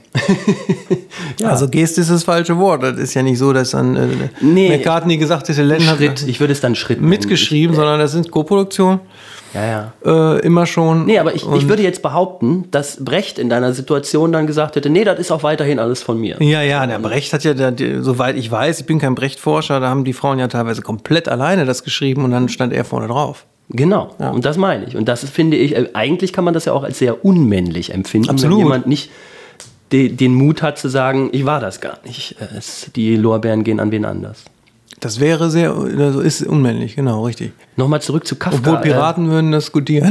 Ja. Also Geste ist das falsche Wort. Das ist ja nicht so, dass dann äh, nee, McCartney gesagt hätte, Lennon Schritt. hat ich würde es dann Schritt mitgeschrieben, ich, äh, sondern das sind Koproduktionen. Ja, ja. Äh, immer schon. Nee, aber ich, ich würde jetzt behaupten, dass Brecht in deiner Situation dann gesagt hätte, nee, das ist auch weiterhin alles von mir. Ja, ja, der Brecht hat ja, der, der, soweit ich weiß, ich bin kein Brecht-Forscher, da haben die Frauen ja teilweise komplett alleine das geschrieben und dann stand er vorne drauf. Genau, ja. Und das meine ich. Und das finde ich, eigentlich kann man das ja auch als sehr unmännlich empfinden, Absolut. wenn jemand nicht de, den Mut hat zu sagen, ich war das gar nicht. Es, die Lorbeeren gehen an wen anders. Das wäre sehr, also ist unmännlich, genau, richtig. Nochmal zurück zu Kafka. Obwohl Piraten äh, würden das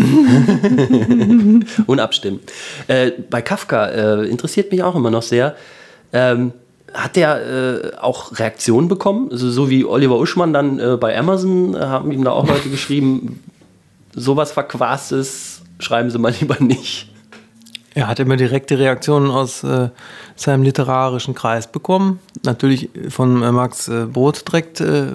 gutieren. Und abstimmen. Äh, bei Kafka äh, interessiert mich auch immer noch sehr, ähm, hat der äh, auch Reaktionen bekommen? Also, so wie Oliver Uschmann dann äh, bei Amazon, äh, haben ihm da auch Leute geschrieben, sowas Verquastes schreiben Sie mal lieber nicht. Er hat immer direkte Reaktionen aus äh, seinem literarischen Kreis bekommen. Natürlich von äh, Max äh, Brod direkt, äh,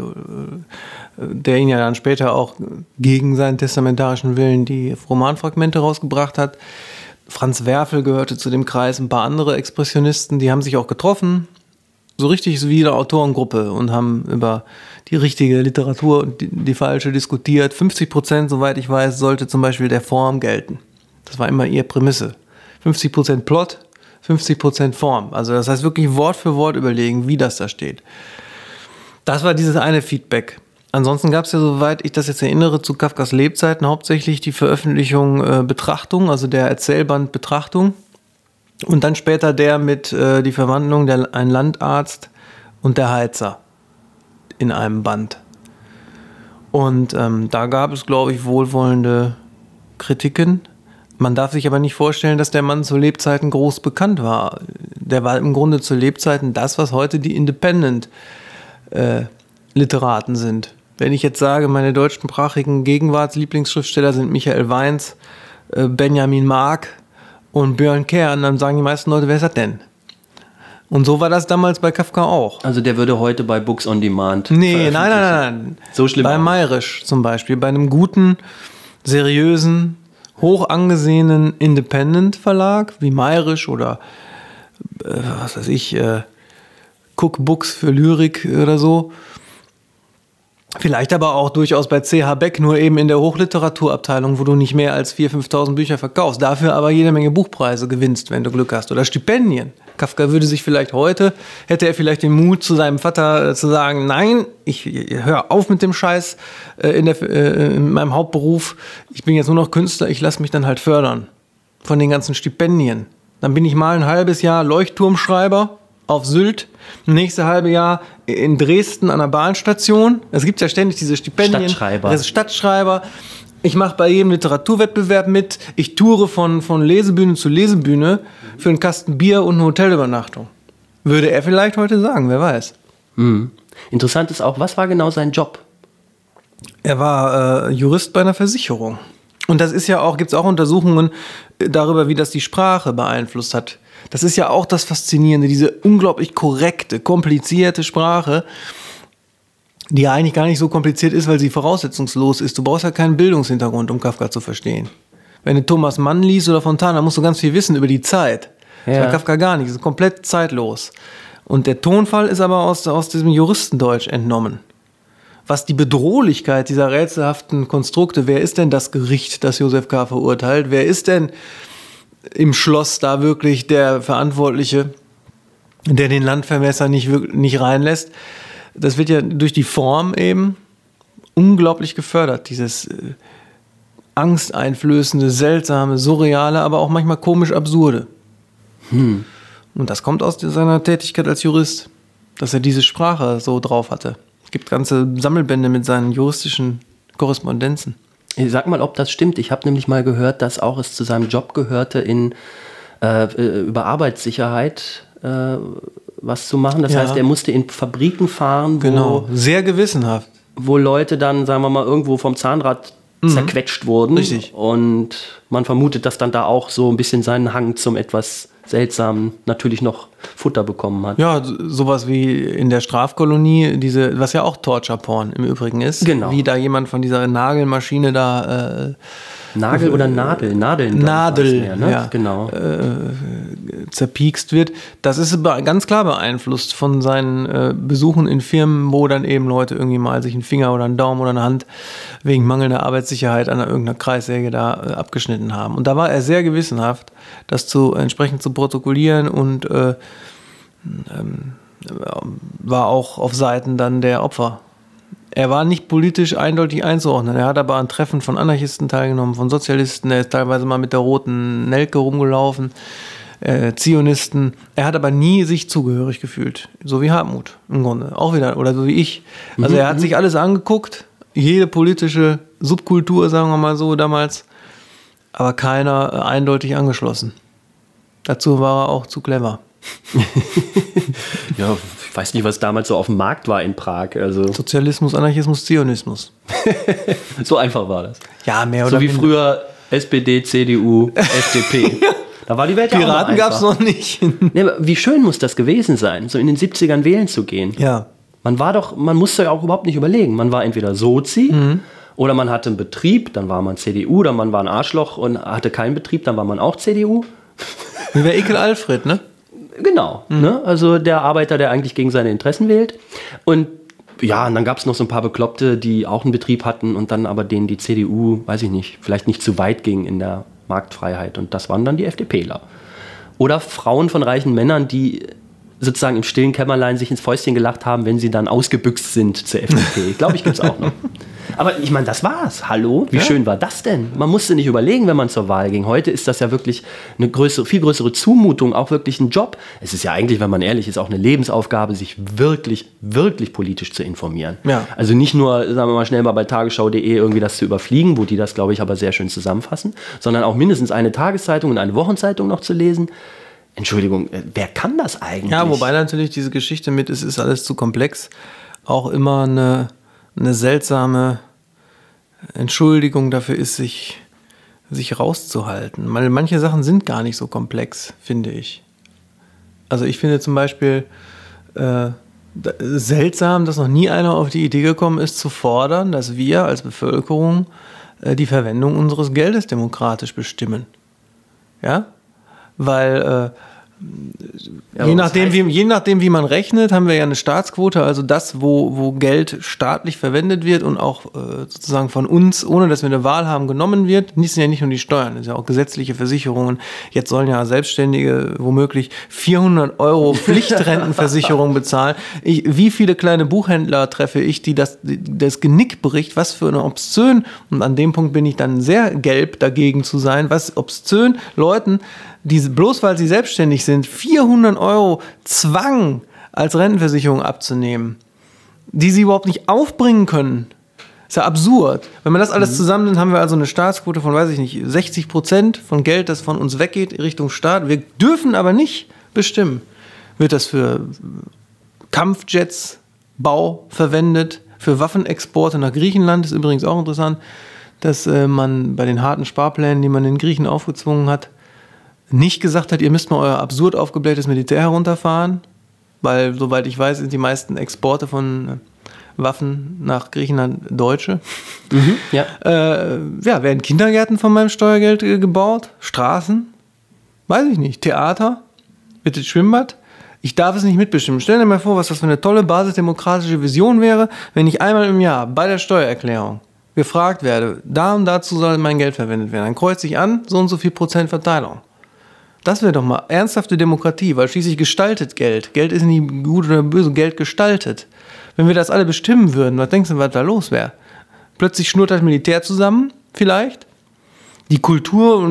der ihn ja dann später auch gegen seinen testamentarischen Willen die Romanfragmente rausgebracht hat. Franz Werfel gehörte zu dem Kreis, ein paar andere Expressionisten, die haben sich auch getroffen, so richtig wie eine Autorengruppe und haben über die richtige Literatur und die, die falsche diskutiert. fünfzig Prozent, soweit ich weiß, sollte zum Beispiel der Form gelten. Das war immer ihre Prämisse. fünfzig Prozent Plot, fünfzig Prozent Form. Also das heißt wirklich Wort für Wort überlegen, wie das da steht. Das war dieses eine Feedback. Ansonsten gab es ja, soweit ich das jetzt erinnere, zu Kafkas Lebzeiten hauptsächlich die Veröffentlichung äh, Betrachtung, also der Erzählband Betrachtung. Und dann später der mit äh, die Verwandlung der Ein Landarzt und der Heizer in einem Band. Und ähm, da gab es, glaube ich, wohlwollende Kritiken. Man darf sich aber nicht vorstellen, dass der Mann zu Lebzeiten groß bekannt war. Der war im Grunde zu Lebzeiten das, was heute die Independent-Literaten äh, sind. Wenn ich jetzt sage, meine deutschsprachigen Gegenwarts-Lieblingsschriftsteller sind Michael Weins, äh, Benjamin Mark und Björn Kern, dann sagen die meisten Leute, wer ist das denn? Und so war das damals bei Kafka auch. Also der würde heute bei Books on Demand Nee, nein, nein, nein. So schlimm bei auch. Mayrisch zum Beispiel, bei einem guten, seriösen, hoch angesehenen Independent-Verlag wie Mayrisch oder äh, was weiß ich, äh, Cookbooks für Lyrik oder so. Vielleicht aber auch durchaus bei C H Beck, nur eben in der Hochliteraturabteilung, wo du nicht mehr als viertausend, fünftausend Bücher verkaufst. Dafür aber jede Menge Buchpreise gewinnst, wenn du Glück hast. Oder Stipendien. Kafka würde sich vielleicht heute, hätte er vielleicht den Mut, zu seinem Vater äh, zu sagen, nein, ich, ich hör auf mit dem Scheiß äh, in, der, äh, in meinem Hauptberuf. Ich bin jetzt nur noch Künstler, ich lasse mich dann halt fördern von den ganzen Stipendien. Dann bin ich mal ein halbes Jahr Leuchtturmschreiber auf Sylt, nächste halbe Jahr in Dresden an der Bahnstation. Es gibt ja ständig diese Stipendien. Stadtschreiber. Das ist Stadtschreiber. Ich mache bei jedem Literaturwettbewerb mit. Ich toure von, von Lesebühne zu Lesebühne für einen Kasten Bier und eine Hotelübernachtung. Würde er vielleicht heute sagen, wer weiß. Mhm. Interessant ist auch, was war genau sein Job? Er war äh, Jurist bei einer Versicherung. Und das ist ja auch, gibt es auch Untersuchungen darüber, wie das die Sprache beeinflusst hat. Das ist ja auch das Faszinierende, diese unglaublich korrekte, komplizierte Sprache, die ja eigentlich gar nicht so kompliziert ist, weil sie voraussetzungslos ist. Du brauchst ja keinen Bildungshintergrund, um Kafka zu verstehen. Wenn du Thomas Mann liest oder Fontana, musst du ganz viel wissen über die Zeit. Ja. Das war Kafka gar nicht, das ist komplett zeitlos. Und der Tonfall ist aber aus, aus diesem Juristendeutsch entnommen. Was die Bedrohlichkeit dieser rätselhaften Konstrukte, wer ist denn das Gericht, das Josef K. verurteilt? Wer ist denn im Schloss da wirklich der Verantwortliche, der den Landvermesser nicht, nicht reinlässt? Das wird ja durch die Form eben unglaublich gefördert. Dieses äh, angsteinflößende, seltsame, surreale, aber auch manchmal komisch absurde. Hm. Und das kommt aus seiner Tätigkeit als Jurist, dass er diese Sprache so drauf hatte. Es gibt ganze Sammelbände mit seinen juristischen Korrespondenzen. Sag mal, ob das stimmt. Ich habe nämlich mal gehört, dass auch es zu seinem Job gehörte, in äh, über Arbeitssicherheit äh, was zu machen. Das ja. heißt, er musste in Fabriken fahren, wo, genau. sehr gewissenhaft, wo Leute dann, sagen wir mal, irgendwo vom Zahnrad mhm. zerquetscht wurden. Richtig. Und man vermutet, dass dann da auch so ein bisschen seinen Hang zum etwas seltsam natürlich noch Futter bekommen hat. Ja, sowas wie in der Strafkolonie, diese, was ja auch Torture-Porn im Übrigen ist. Genau. Wie da jemand von dieser Nagelmaschine da... Äh, Nagel oder Nadel? Nadeln. Nadel, mehr, ne? ja. Genau. Äh, zerpiekst wird. Das ist ganz klar beeinflusst von seinen äh, Besuchen in Firmen, wo dann eben Leute irgendwie mal sich einen Finger oder einen Daumen oder eine Hand wegen mangelnder Arbeitssicherheit an irgendeiner Kreissäge da äh, abgeschnitten haben. Und da war er sehr gewissenhaft, das zu entsprechend zu protokollieren und äh, ähm, war auch auf Seiten dann der Opfer. Er war nicht politisch eindeutig einzuordnen. Er hat aber an Treffen von Anarchisten teilgenommen, von Sozialisten. Er ist teilweise mal mit der roten Nelke rumgelaufen, äh, Zionisten. Er hat aber nie sich zugehörig gefühlt. So wie Hartmut im Grunde. Auch wieder, oder so wie ich. Also er hat sich alles angeguckt, jede politische Subkultur, sagen wir mal so, damals. Aber keiner äh, eindeutig angeschlossen. Dazu war er auch zu clever. Ja, ich weiß nicht, was damals so auf dem Markt war in Prag. Also Sozialismus, Anarchismus, Zionismus. so einfach war das. Ja, mehr oder So wie minder. früher S P D, C D U, F D P. Da war die Welt ja auch noch Piraten gab es einfach. noch nicht. Nee, aber wie schön muss das gewesen sein, so in den siebzigern wählen zu gehen. Ja. Man war doch, man musste ja auch überhaupt nicht überlegen. Man war entweder Sozi Mhm. oder man hatte einen Betrieb, dann war man C D U, oder man war ein Arschloch und hatte keinen Betrieb, dann war man auch C D U. Wie bei Ekel Alfred, ne? Genau, Mhm. ne? Also der Arbeiter, der eigentlich gegen seine Interessen wählt. Und ja, und dann gab es noch so ein paar Bekloppte, die auch einen Betrieb hatten und dann aber denen die C D U, weiß ich nicht, vielleicht nicht zu weit ging in der Marktfreiheit. Und das waren dann die FDPler. Oder Frauen von reichen Männern, die sozusagen im stillen Kämmerlein sich ins Fäustchen gelacht haben, wenn sie dann ausgebüxt sind zur F D P. Glaube ich, gibt es auch noch. Aber ich meine, das war's. Hallo? Wie Ja. schön war das denn? Man musste nicht überlegen, wenn man zur Wahl ging. Heute ist das ja wirklich eine größere, viel größere Zumutung, auch wirklich ein Job. Es ist ja eigentlich, wenn man ehrlich ist, auch eine Lebensaufgabe, sich wirklich, wirklich politisch zu informieren. Ja. Also nicht nur, sagen wir mal, schnell mal bei tagesschau punkt de irgendwie das zu überfliegen, wo die das, glaube ich, aber sehr schön zusammenfassen, sondern auch mindestens eine Tageszeitung und eine Wochenzeitung noch zu lesen. Entschuldigung, wer kann das eigentlich? Ja, wobei natürlich diese Geschichte mit, es ist alles zu komplex, auch immer eine, eine seltsame Entschuldigung dafür ist, sich, sich rauszuhalten. Weil manche Sachen sind gar nicht so komplex, finde ich. Also ich finde zum Beispiel äh, seltsam, dass noch nie einer auf die Idee gekommen ist, zu fordern, dass wir als Bevölkerung äh, die Verwendung unseres Geldes demokratisch bestimmen. Ja? Weil äh, Ja, je, was nachdem, heißt- wie, je nachdem, wie man rechnet, haben wir ja eine Staatsquote, also das, wo, wo Geld staatlich verwendet wird und auch äh, sozusagen von uns, ohne dass wir eine Wahl haben, genommen wird. Das sind ja nicht nur die Steuern, das sind ja auch gesetzliche Versicherungen. Jetzt sollen ja Selbstständige womöglich vierhundert Euro Pflichtrentenversicherung bezahlen. Ich, wie viele kleine Buchhändler treffe ich, die das, das Genick bricht, was für eine obszön, und an dem Punkt bin ich dann sehr gelb dagegen zu sein, was obszön Leuten, die bloß weil sie selbstständig sind, vierhundert Euro Zwang als Rentenversicherung abzunehmen, die sie überhaupt nicht aufbringen können. Ist ja absurd. Wenn man das alles zusammennimmt, haben wir also eine Staatsquote von, weiß ich nicht, sechzig Prozent von Geld, das von uns weggeht Richtung Staat. Wir dürfen aber nicht bestimmen, wird das für Kampfjets, Bau verwendet, für Waffenexporte nach Griechenland. Ist übrigens auch interessant, dass äh, man bei den harten Sparplänen, die man den Griechen aufgezwungen hat, nicht gesagt hat, ihr müsst mal euer absurd aufgeblähtes Militär herunterfahren, weil, soweit ich weiß, sind die meisten Exporte von Waffen nach Griechenland deutsche. Mhm, ja. Äh, ja, werden Kindergärten von meinem Steuergeld äh, gebaut? Straßen? Weiß ich nicht. Theater? Wird das Schwimmbad? Ich darf es nicht mitbestimmen. Stell dir mal vor, was das für eine tolle basisdemokratische Vision wäre, wenn ich einmal im Jahr bei der Steuererklärung gefragt werde, da und dazu soll mein Geld verwendet werden. Dann kreuze ich an, so und so viel Prozent Verteilung. Das wäre doch mal ernsthafte Demokratie, weil schließlich gestaltet Geld. Geld ist nicht gut oder böse, Geld gestaltet. Wenn wir das alle bestimmen würden, was denkst du, was da los wäre? Plötzlich schnurrt das Militär zusammen, vielleicht. Die Kultur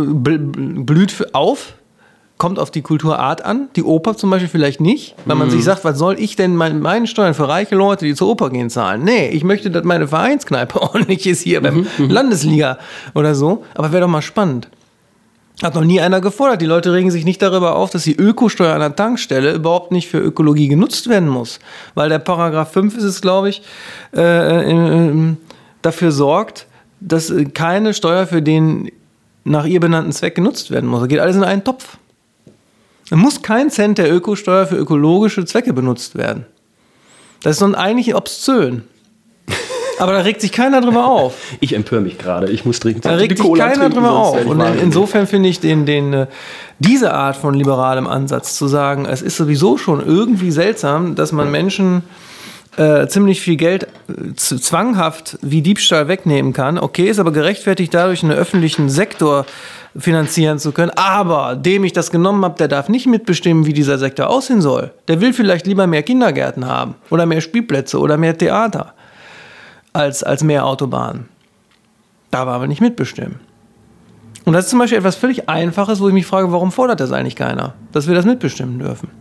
blüht auf, kommt auf die Kulturart an. Die Oper zum Beispiel vielleicht nicht, weil man sich sagt, was soll ich denn meinen meine Steuern für reiche Leute, die zur Oper gehen, zahlen? Nee, ich möchte, dass meine Vereinskneipe ordentlich ist hier beim Landesliga oder so. Aber wäre doch mal spannend. Hat noch nie einer gefordert. Die Leute regen sich nicht darüber auf, dass die Ökosteuer an der Tankstelle überhaupt nicht für Ökologie genutzt werden muss. Weil der Paragraph fünf ist es, glaube ich, äh, äh, dafür sorgt, dass keine Steuer für den nach ihr benannten Zweck genutzt werden muss. Das geht alles in einen Topf. Es muss kein Cent der Ökosteuer für ökologische Zwecke benutzt werden. Das ist dann eigentlich obszön. Aber da regt sich keiner drüber auf. Ich empöre mich gerade. Ich muss dringend Da regt sich Cola keiner trinken, drüber sonst auf. werde ich Und in, wahnsinnig. insofern finde ich den, den, äh, diese Art von liberalem Ansatz zu sagen, es ist sowieso schon irgendwie seltsam, dass man Menschen äh, ziemlich viel Geld äh, zu, zwanghaft wie Diebstahl wegnehmen kann. Okay, ist aber gerechtfertigt dadurch, einen öffentlichen Sektor finanzieren zu können. Aber dem ich das genommen habe, der darf nicht mitbestimmen, wie dieser Sektor aussehen soll. Der will vielleicht lieber mehr Kindergärten haben oder mehr Spielplätze oder mehr Theater als, als mehr Autobahnen. Da war aber nicht mitbestimmen. Und das ist zum Beispiel etwas völlig Einfaches, wo ich mich frage, warum fordert das eigentlich keiner, dass wir das mitbestimmen dürfen?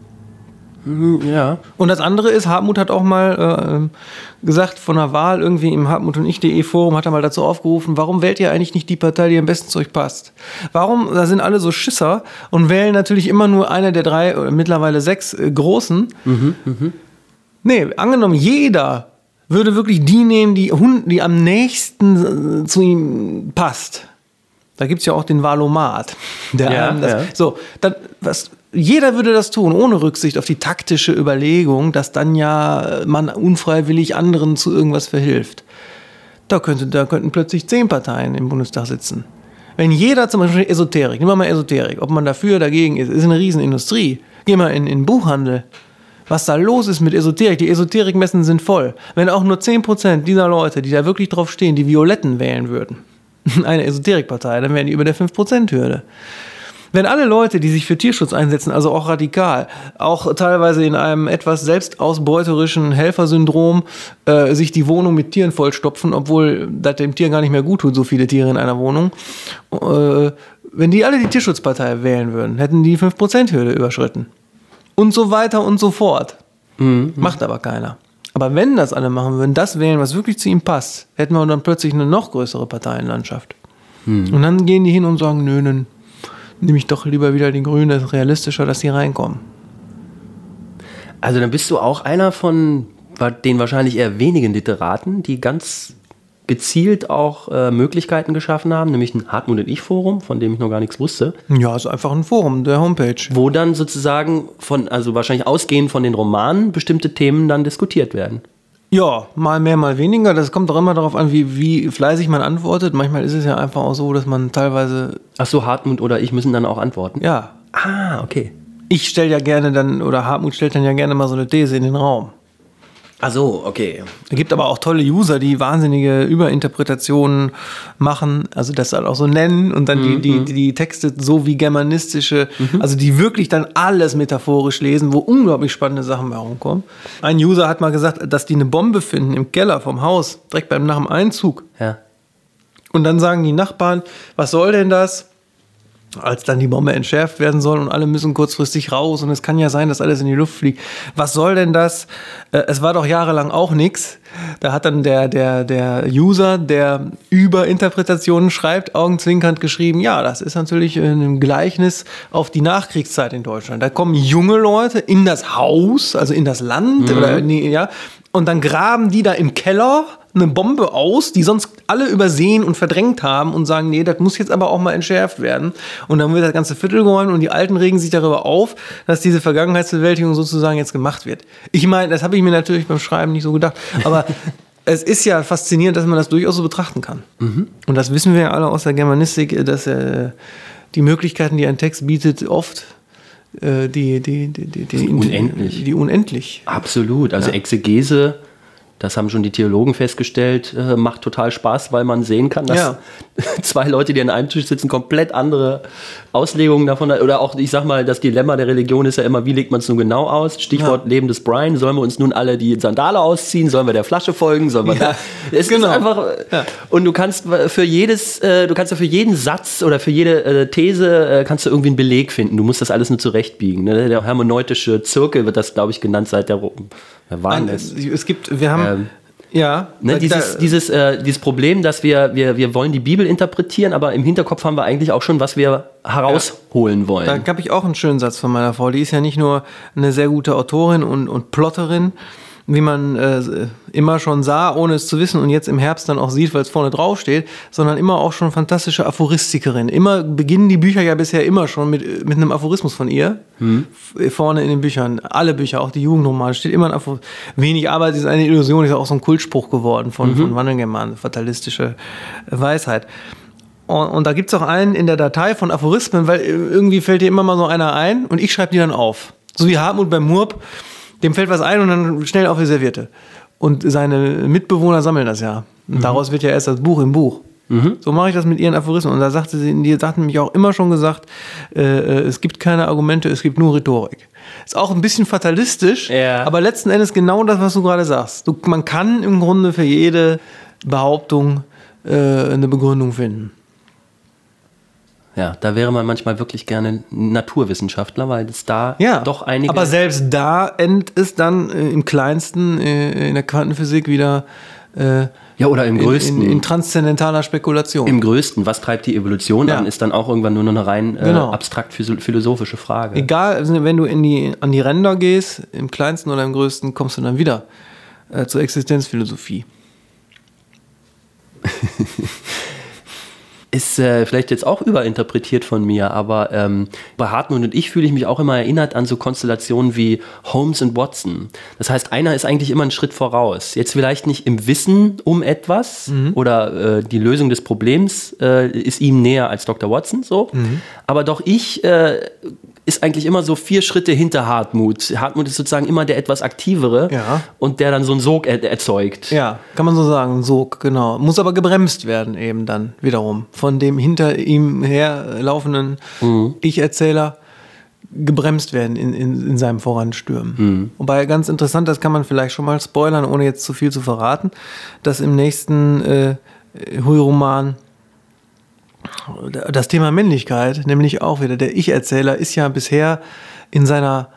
Ja. Und das andere ist, Hartmut hat auch mal äh, gesagt, von der Wahl irgendwie im Hartmut und ich.de Forum hat er mal dazu aufgerufen, warum wählt ihr eigentlich nicht die Partei, die am besten zu euch passt? Warum, da sind alle so Schisser und wählen natürlich immer nur eine der drei, oder mittlerweile sechs äh, Großen. Mhm, mh. Nee, angenommen, jeder würde wirklich die nehmen, die, die am nächsten äh, zu ihm passt. Da gibt es ja auch den Wahlomat. Der Ja, einem das, ja. So, dann, was, jeder würde das tun, ohne Rücksicht auf die taktische Überlegung, dass dann ja man unfreiwillig anderen zu irgendwas verhilft. Da, könnte, da könnten plötzlich zehn Parteien im Bundestag sitzen. Wenn jeder zum Beispiel Esoterik, nehmen wir mal Esoterik, ob man dafür, dagegen ist, ist eine Riesenindustrie. Geh mal in den Buchhandel. Was da los ist mit Esoterik, die Esoterikmessen sind voll. Wenn auch nur zehn Prozent dieser Leute, die da wirklich drauf stehen, die Violetten wählen würden, eine Esoterikpartei, dann wären die über der fünf Prozent Hürde. Wenn alle Leute, die sich für Tierschutz einsetzen, also auch radikal, auch teilweise in einem etwas selbstausbeuterischen Helfersyndrom, äh, sich die Wohnung mit Tieren vollstopfen, obwohl das dem Tier gar nicht mehr gut tut, so viele Tiere in einer Wohnung, äh, wenn die alle die Tierschutzpartei wählen würden, hätten die fünf Prozent Hürde überschritten. Und so weiter und so fort. Mhm. Macht aber keiner. Aber wenn das alle machen würden, das wählen, was wirklich zu ihm passt, hätten wir dann plötzlich eine noch größere Parteienlandschaft. Mhm. Und dann gehen die hin und sagen, nö, dann nehme ich doch lieber wieder die Grünen, das ist realistischer, dass die reinkommen. Also dann bist du auch einer von den wahrscheinlich eher wenigen Literaten, die ganz gezielt auch äh, Möglichkeiten geschaffen haben, nämlich ein Hartmut und ich Forum, von dem ich noch gar nichts wusste. Ja, ist einfach ein Forum, der Homepage. Wo dann sozusagen von, also wahrscheinlich ausgehend von den Romanen, bestimmte Themen dann diskutiert werden. Ja, mal mehr, mal weniger. Das kommt doch immer darauf an, wie, wie fleißig man antwortet. Manchmal ist es ja einfach auch so, dass man teilweise... Ach so, Hartmut oder ich müssen dann auch antworten? Ja. Ah, okay. Ich stelle ja gerne dann, oder Hartmut stellt dann ja gerne mal so eine These in den Raum. Ach so, okay. Es gibt aber auch tolle User, die wahnsinnige Überinterpretationen machen, also das halt auch so nennen und dann mhm. die, die, die Texte so wie germanistische, mhm. also die wirklich dann alles metaphorisch lesen, wo unglaublich spannende Sachen bei rumkommen. Ein User hat mal gesagt, dass die eine Bombe finden im Keller vom Haus, direkt beim nach dem Einzug. Ja. Und dann sagen die Nachbarn, was soll denn das? Als dann die Bombe entschärft werden soll und alle müssen kurzfristig raus und es kann ja sein, dass alles in die Luft fliegt. Was soll denn das? Äh, es war doch jahrelang auch nichts. Da hat dann der, der, der User, der Überinterpretationen schreibt, augenzwinkernd geschrieben, ja, das ist natürlich ein Gleichnis auf die Nachkriegszeit in Deutschland. Da kommen junge Leute in das Haus, also in das Land, mhm. oder, nee, ja, und dann graben die da im Keller eine Bombe aus, die sonst alle übersehen und verdrängt haben und sagen, nee, das muss jetzt aber auch mal entschärft werden. Und dann wird das ganze Viertel geräumt und die Alten regen sich darüber auf, dass diese Vergangenheitsbewältigung sozusagen jetzt gemacht wird. Ich meine, das habe ich mir natürlich beim Schreiben nicht so gedacht, aber es ist ja faszinierend, dass man das durchaus so betrachten kann. Mhm. Und das wissen wir ja alle aus der Germanistik, dass äh, die Möglichkeiten, die ein Text bietet, oft äh, die, die, die, die, die, unendlich. die unendlich. Absolut. Also ja. Exegese, das haben schon die Theologen festgestellt, äh, macht total Spaß, weil man sehen kann, dass ja. zwei Leute, die an einem Tisch sitzen, komplett andere Auslegungen davon, oder auch, ich sag mal, das Dilemma der Religion ist ja immer, wie legt man es nun genau aus? Stichwort ja. Leben des Brian, sollen wir uns nun alle die Sandale ausziehen? Sollen wir der Flasche folgen? Sollen wir ja. da? Es genau. ist einfach, ja. und du kannst für jedes, äh, du kannst ja für jeden Satz oder für jede äh, These äh, kannst du irgendwie einen Beleg finden. Du musst das alles nur zurechtbiegen. Ne? Der hermeneutische Zirkel wird das, glaube ich, genannt seit der, der Warnless. Es gibt, wir haben Ähm, ja, ne, dieses, da, dieses, äh, dieses Problem, dass wir, wir, wir wollen die Bibel interpretieren, aber im Hinterkopf haben wir eigentlich auch schon, was wir herausholen ja. wollen. Da habe ich auch einen schönen Satz von meiner Frau. Die ist ja nicht nur eine sehr gute Autorin und, und Plotterin, wie man äh, immer schon sah, ohne es zu wissen und jetzt im Herbst dann auch sieht, weil es vorne drauf steht, sondern immer auch schon fantastische Aphoristikerin. Immer beginnen die Bücher ja bisher immer schon mit, mit einem Aphorismus von ihr. Hm. Vorne in den Büchern, alle Bücher, auch die Jugendromane, steht immer ein Aphorismus. Wenig Arbeit ist eine Illusion, ist auch so ein Kultspruch geworden von, mhm. von Wandelgermann, fatalistische Weisheit. Und, und da gibt es auch einen in der Datei von Aphorismen, weil irgendwie fällt dir immer mal so einer ein und ich schreibe die dann auf. So wie Hartmut beim Murb, dem fällt was ein und dann schnell auf die Serviette. Und seine Mitbewohner sammeln das ja. Und mhm. daraus wird ja erst das Buch im Buch. Mhm. So mache ich das mit ihren Aphorismen. Und da sagte sie, die hatten mich auch immer schon gesagt, äh, es gibt keine Argumente, es gibt nur Rhetorik. Ist auch ein bisschen fatalistisch, ja. aber letzten Endes genau das, was du gerade sagst. Du, man kann im Grunde für jede Behauptung äh, eine Begründung finden. Ja, da wäre man manchmal wirklich gerne Naturwissenschaftler, weil es da ja, doch einige... aber selbst da endet es dann äh, im Kleinsten äh, in der Quantenphysik wieder äh, ja, oder im in, Größten. In, in transzendentaler Spekulation. Im Größten, was treibt die Evolution ja. an, ist dann auch irgendwann nur noch eine rein äh, genau. abstrakt philosophische Frage. Egal, also wenn du in die, an die Ränder gehst, im Kleinsten oder im Größten, kommst du dann wieder äh, zur Existenzphilosophie. Ist äh, vielleicht jetzt auch überinterpretiert von mir, aber ähm, bei Hartmut und ich fühle ich mich auch immer erinnert an so Konstellationen wie Holmes und Watson. Das heißt, einer ist eigentlich immer einen Schritt voraus. Jetzt vielleicht nicht im Wissen um etwas mhm. oder äh, die Lösung des Problems äh, ist ihm näher als Doktor Watson, so. Mhm. Aber doch ich äh, ist eigentlich immer so vier Schritte hinter Hartmut. Hartmut ist sozusagen immer der etwas aktivere ja. und der dann so einen Sog er- erzeugt. Ja, kann man so sagen, ein Sog, genau. Muss aber gebremst werden eben dann wiederum von dem hinter ihm herlaufenden mhm. Ich-Erzähler gebremst werden in, in, in seinem Voranstürmen. Mhm. Wobei ganz interessant, das kann man vielleicht schon mal spoilern, ohne jetzt zu viel zu verraten, dass im nächsten äh, Hui-Roman das Thema Männlichkeit, nämlich auch wieder der Ich-Erzähler, ist ja bisher in seiner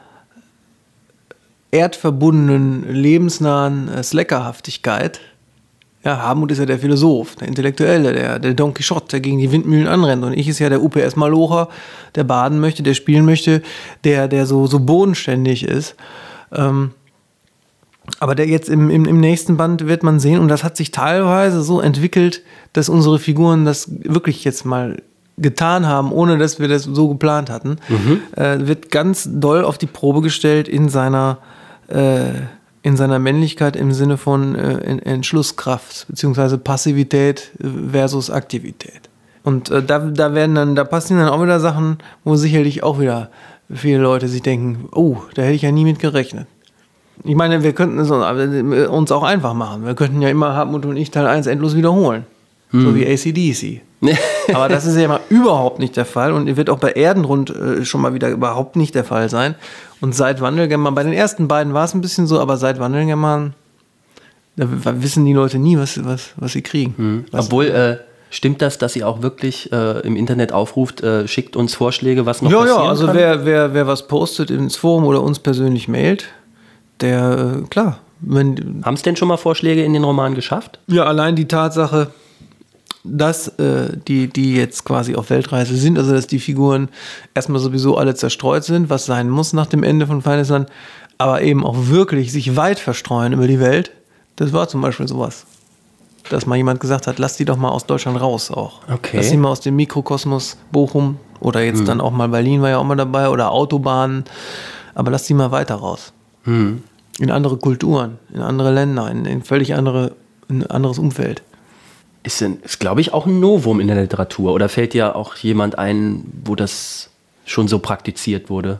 erdverbundenen, lebensnahen Slackerhaftigkeit. Ja, Hartmut ist ja der Philosoph, der Intellektuelle, der, der Don Quixote, der gegen die Windmühlen anrennt. Und ich ist ja der U P S-Malocher, der baden möchte, der spielen möchte, der, der so, so bodenständig ist. Ähm, aber der jetzt im, im, im nächsten Band wird man sehen, und das hat sich teilweise so entwickelt, dass unsere Figuren das wirklich jetzt mal getan haben, ohne dass wir das so geplant hatten, mhm. äh, wird ganz doll auf die Probe gestellt in seiner, äh, in seiner Männlichkeit im Sinne von äh, Entschlusskraft, beziehungsweise Passivität versus Aktivität. Und äh, da, da werden dann, da passieren dann auch wieder Sachen, wo sicherlich auch wieder viele Leute sich denken, oh, da hätte ich ja nie mit gerechnet. Ich meine, wir könnten es uns auch einfach machen. Wir könnten ja immer Hartmut und ich Teil eins endlos wiederholen. Hm. So wie A C D C. Aber das ist ja mal überhaupt nicht der Fall und wird auch bei Erdenrund äh, schon mal wieder überhaupt nicht der Fall sein. Und seit Wandelgermann, bei den ersten beiden war es ein bisschen so, aber seit Wandelgermann, da wissen die Leute nie, was, was, was sie kriegen. Hm. Obwohl, äh, stimmt das, dass ihr auch wirklich äh, im Internet aufruft, äh, schickt uns Vorschläge, was noch ja, passieren Ja, also kann? wer, wer, wer was postet ins Forum oder uns persönlich mailt, der, äh, klar. Wenn, haben es denn schon mal Vorschläge in den Roman geschafft? Ja, allein die Tatsache, dass äh, die, die jetzt quasi auf Weltreise sind, also dass die Figuren erstmal sowieso alle zerstreut sind, was sein muss nach dem Ende von Feindesland, aber eben auch wirklich sich weit verstreuen über die Welt, das war zum Beispiel sowas. Dass mal jemand gesagt hat, lass die doch mal aus Deutschland raus auch. Okay. Lass die mal aus dem Mikrokosmos Bochum oder jetzt hm. dann auch mal Berlin war ja auch mal dabei oder Autobahnen, aber lass die mal weiter raus. Hm. In andere Kulturen, in andere Länder, in, in völlig andere, in ein anderes Umfeld. Ist, ist glaube ich, auch ein Novum in der Literatur. Oder fällt dir auch jemand ein, wo das schon so praktiziert wurde?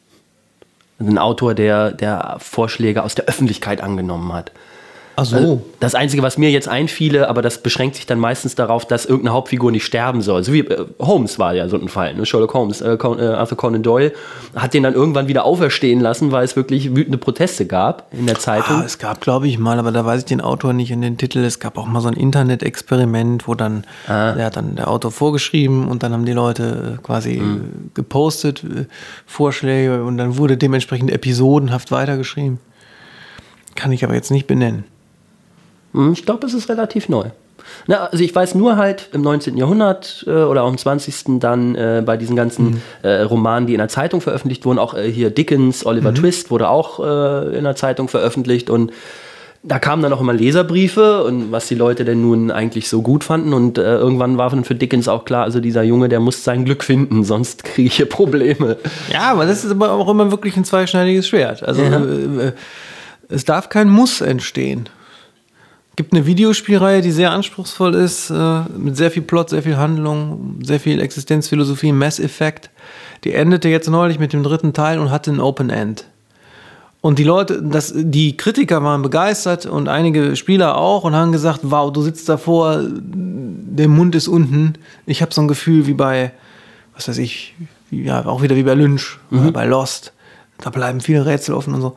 Ein Autor, der, der Vorschläge aus der Öffentlichkeit angenommen hat. Ach so. Also das Einzige, was mir jetzt einfiele, aber das beschränkt sich dann meistens darauf, dass irgendeine Hauptfigur nicht sterben soll. So wie äh, Holmes war ja so ein Fall. Ne? Sherlock Holmes, äh, Con, äh, Arthur Conan Doyle, hat den dann irgendwann wieder auferstehen lassen, weil es wirklich wütende Proteste gab in der Zeitung. Ah, es gab, glaube ich, mal, aber da weiß ich den Autor nicht in den Titel. Es gab auch mal so ein Internet-Experiment, wo dann, ah. der hat dann der Autor vorgeschrieben und dann haben die Leute quasi mhm. gepostet, äh, Vorschläge, und dann wurde dementsprechend episodenhaft weitergeschrieben. Kann ich aber jetzt nicht benennen. Ich glaube, es ist relativ neu. Na, also ich weiß nur halt im neunzehnten. Jahrhundert äh, oder auch im zwanzigsten dann äh, bei diesen ganzen mhm. äh, Romanen, die in der Zeitung veröffentlicht wurden, auch äh, hier Dickens, Oliver mhm. Twist wurde auch äh, in der Zeitung veröffentlicht und da kamen dann auch immer Leserbriefe und was die Leute denn nun eigentlich so gut fanden und äh, irgendwann war dann für Dickens auch klar, also dieser Junge, der muss sein Glück finden, sonst kriege ich hier Probleme. Ja, aber das ist aber auch immer wirklich ein zweischneidiges Schwert. Also ja. äh, es darf kein Muss entstehen. Es gibt eine Videospielreihe, die sehr anspruchsvoll ist, äh, mit sehr viel Plot, sehr viel Handlung, sehr viel Existenzphilosophie, Mass Effect. Die endete jetzt neulich mit dem dritten Teil und hatte ein Open End. Und die Leute, das, die Kritiker waren begeistert und einige Spieler auch und haben gesagt, wow, du sitzt davor, der Mund ist unten. Ich habe so ein Gefühl wie bei, was weiß ich, ja, auch wieder wie bei Lynch mhm. oder bei Lost. Da bleiben viele Rätsel offen und so.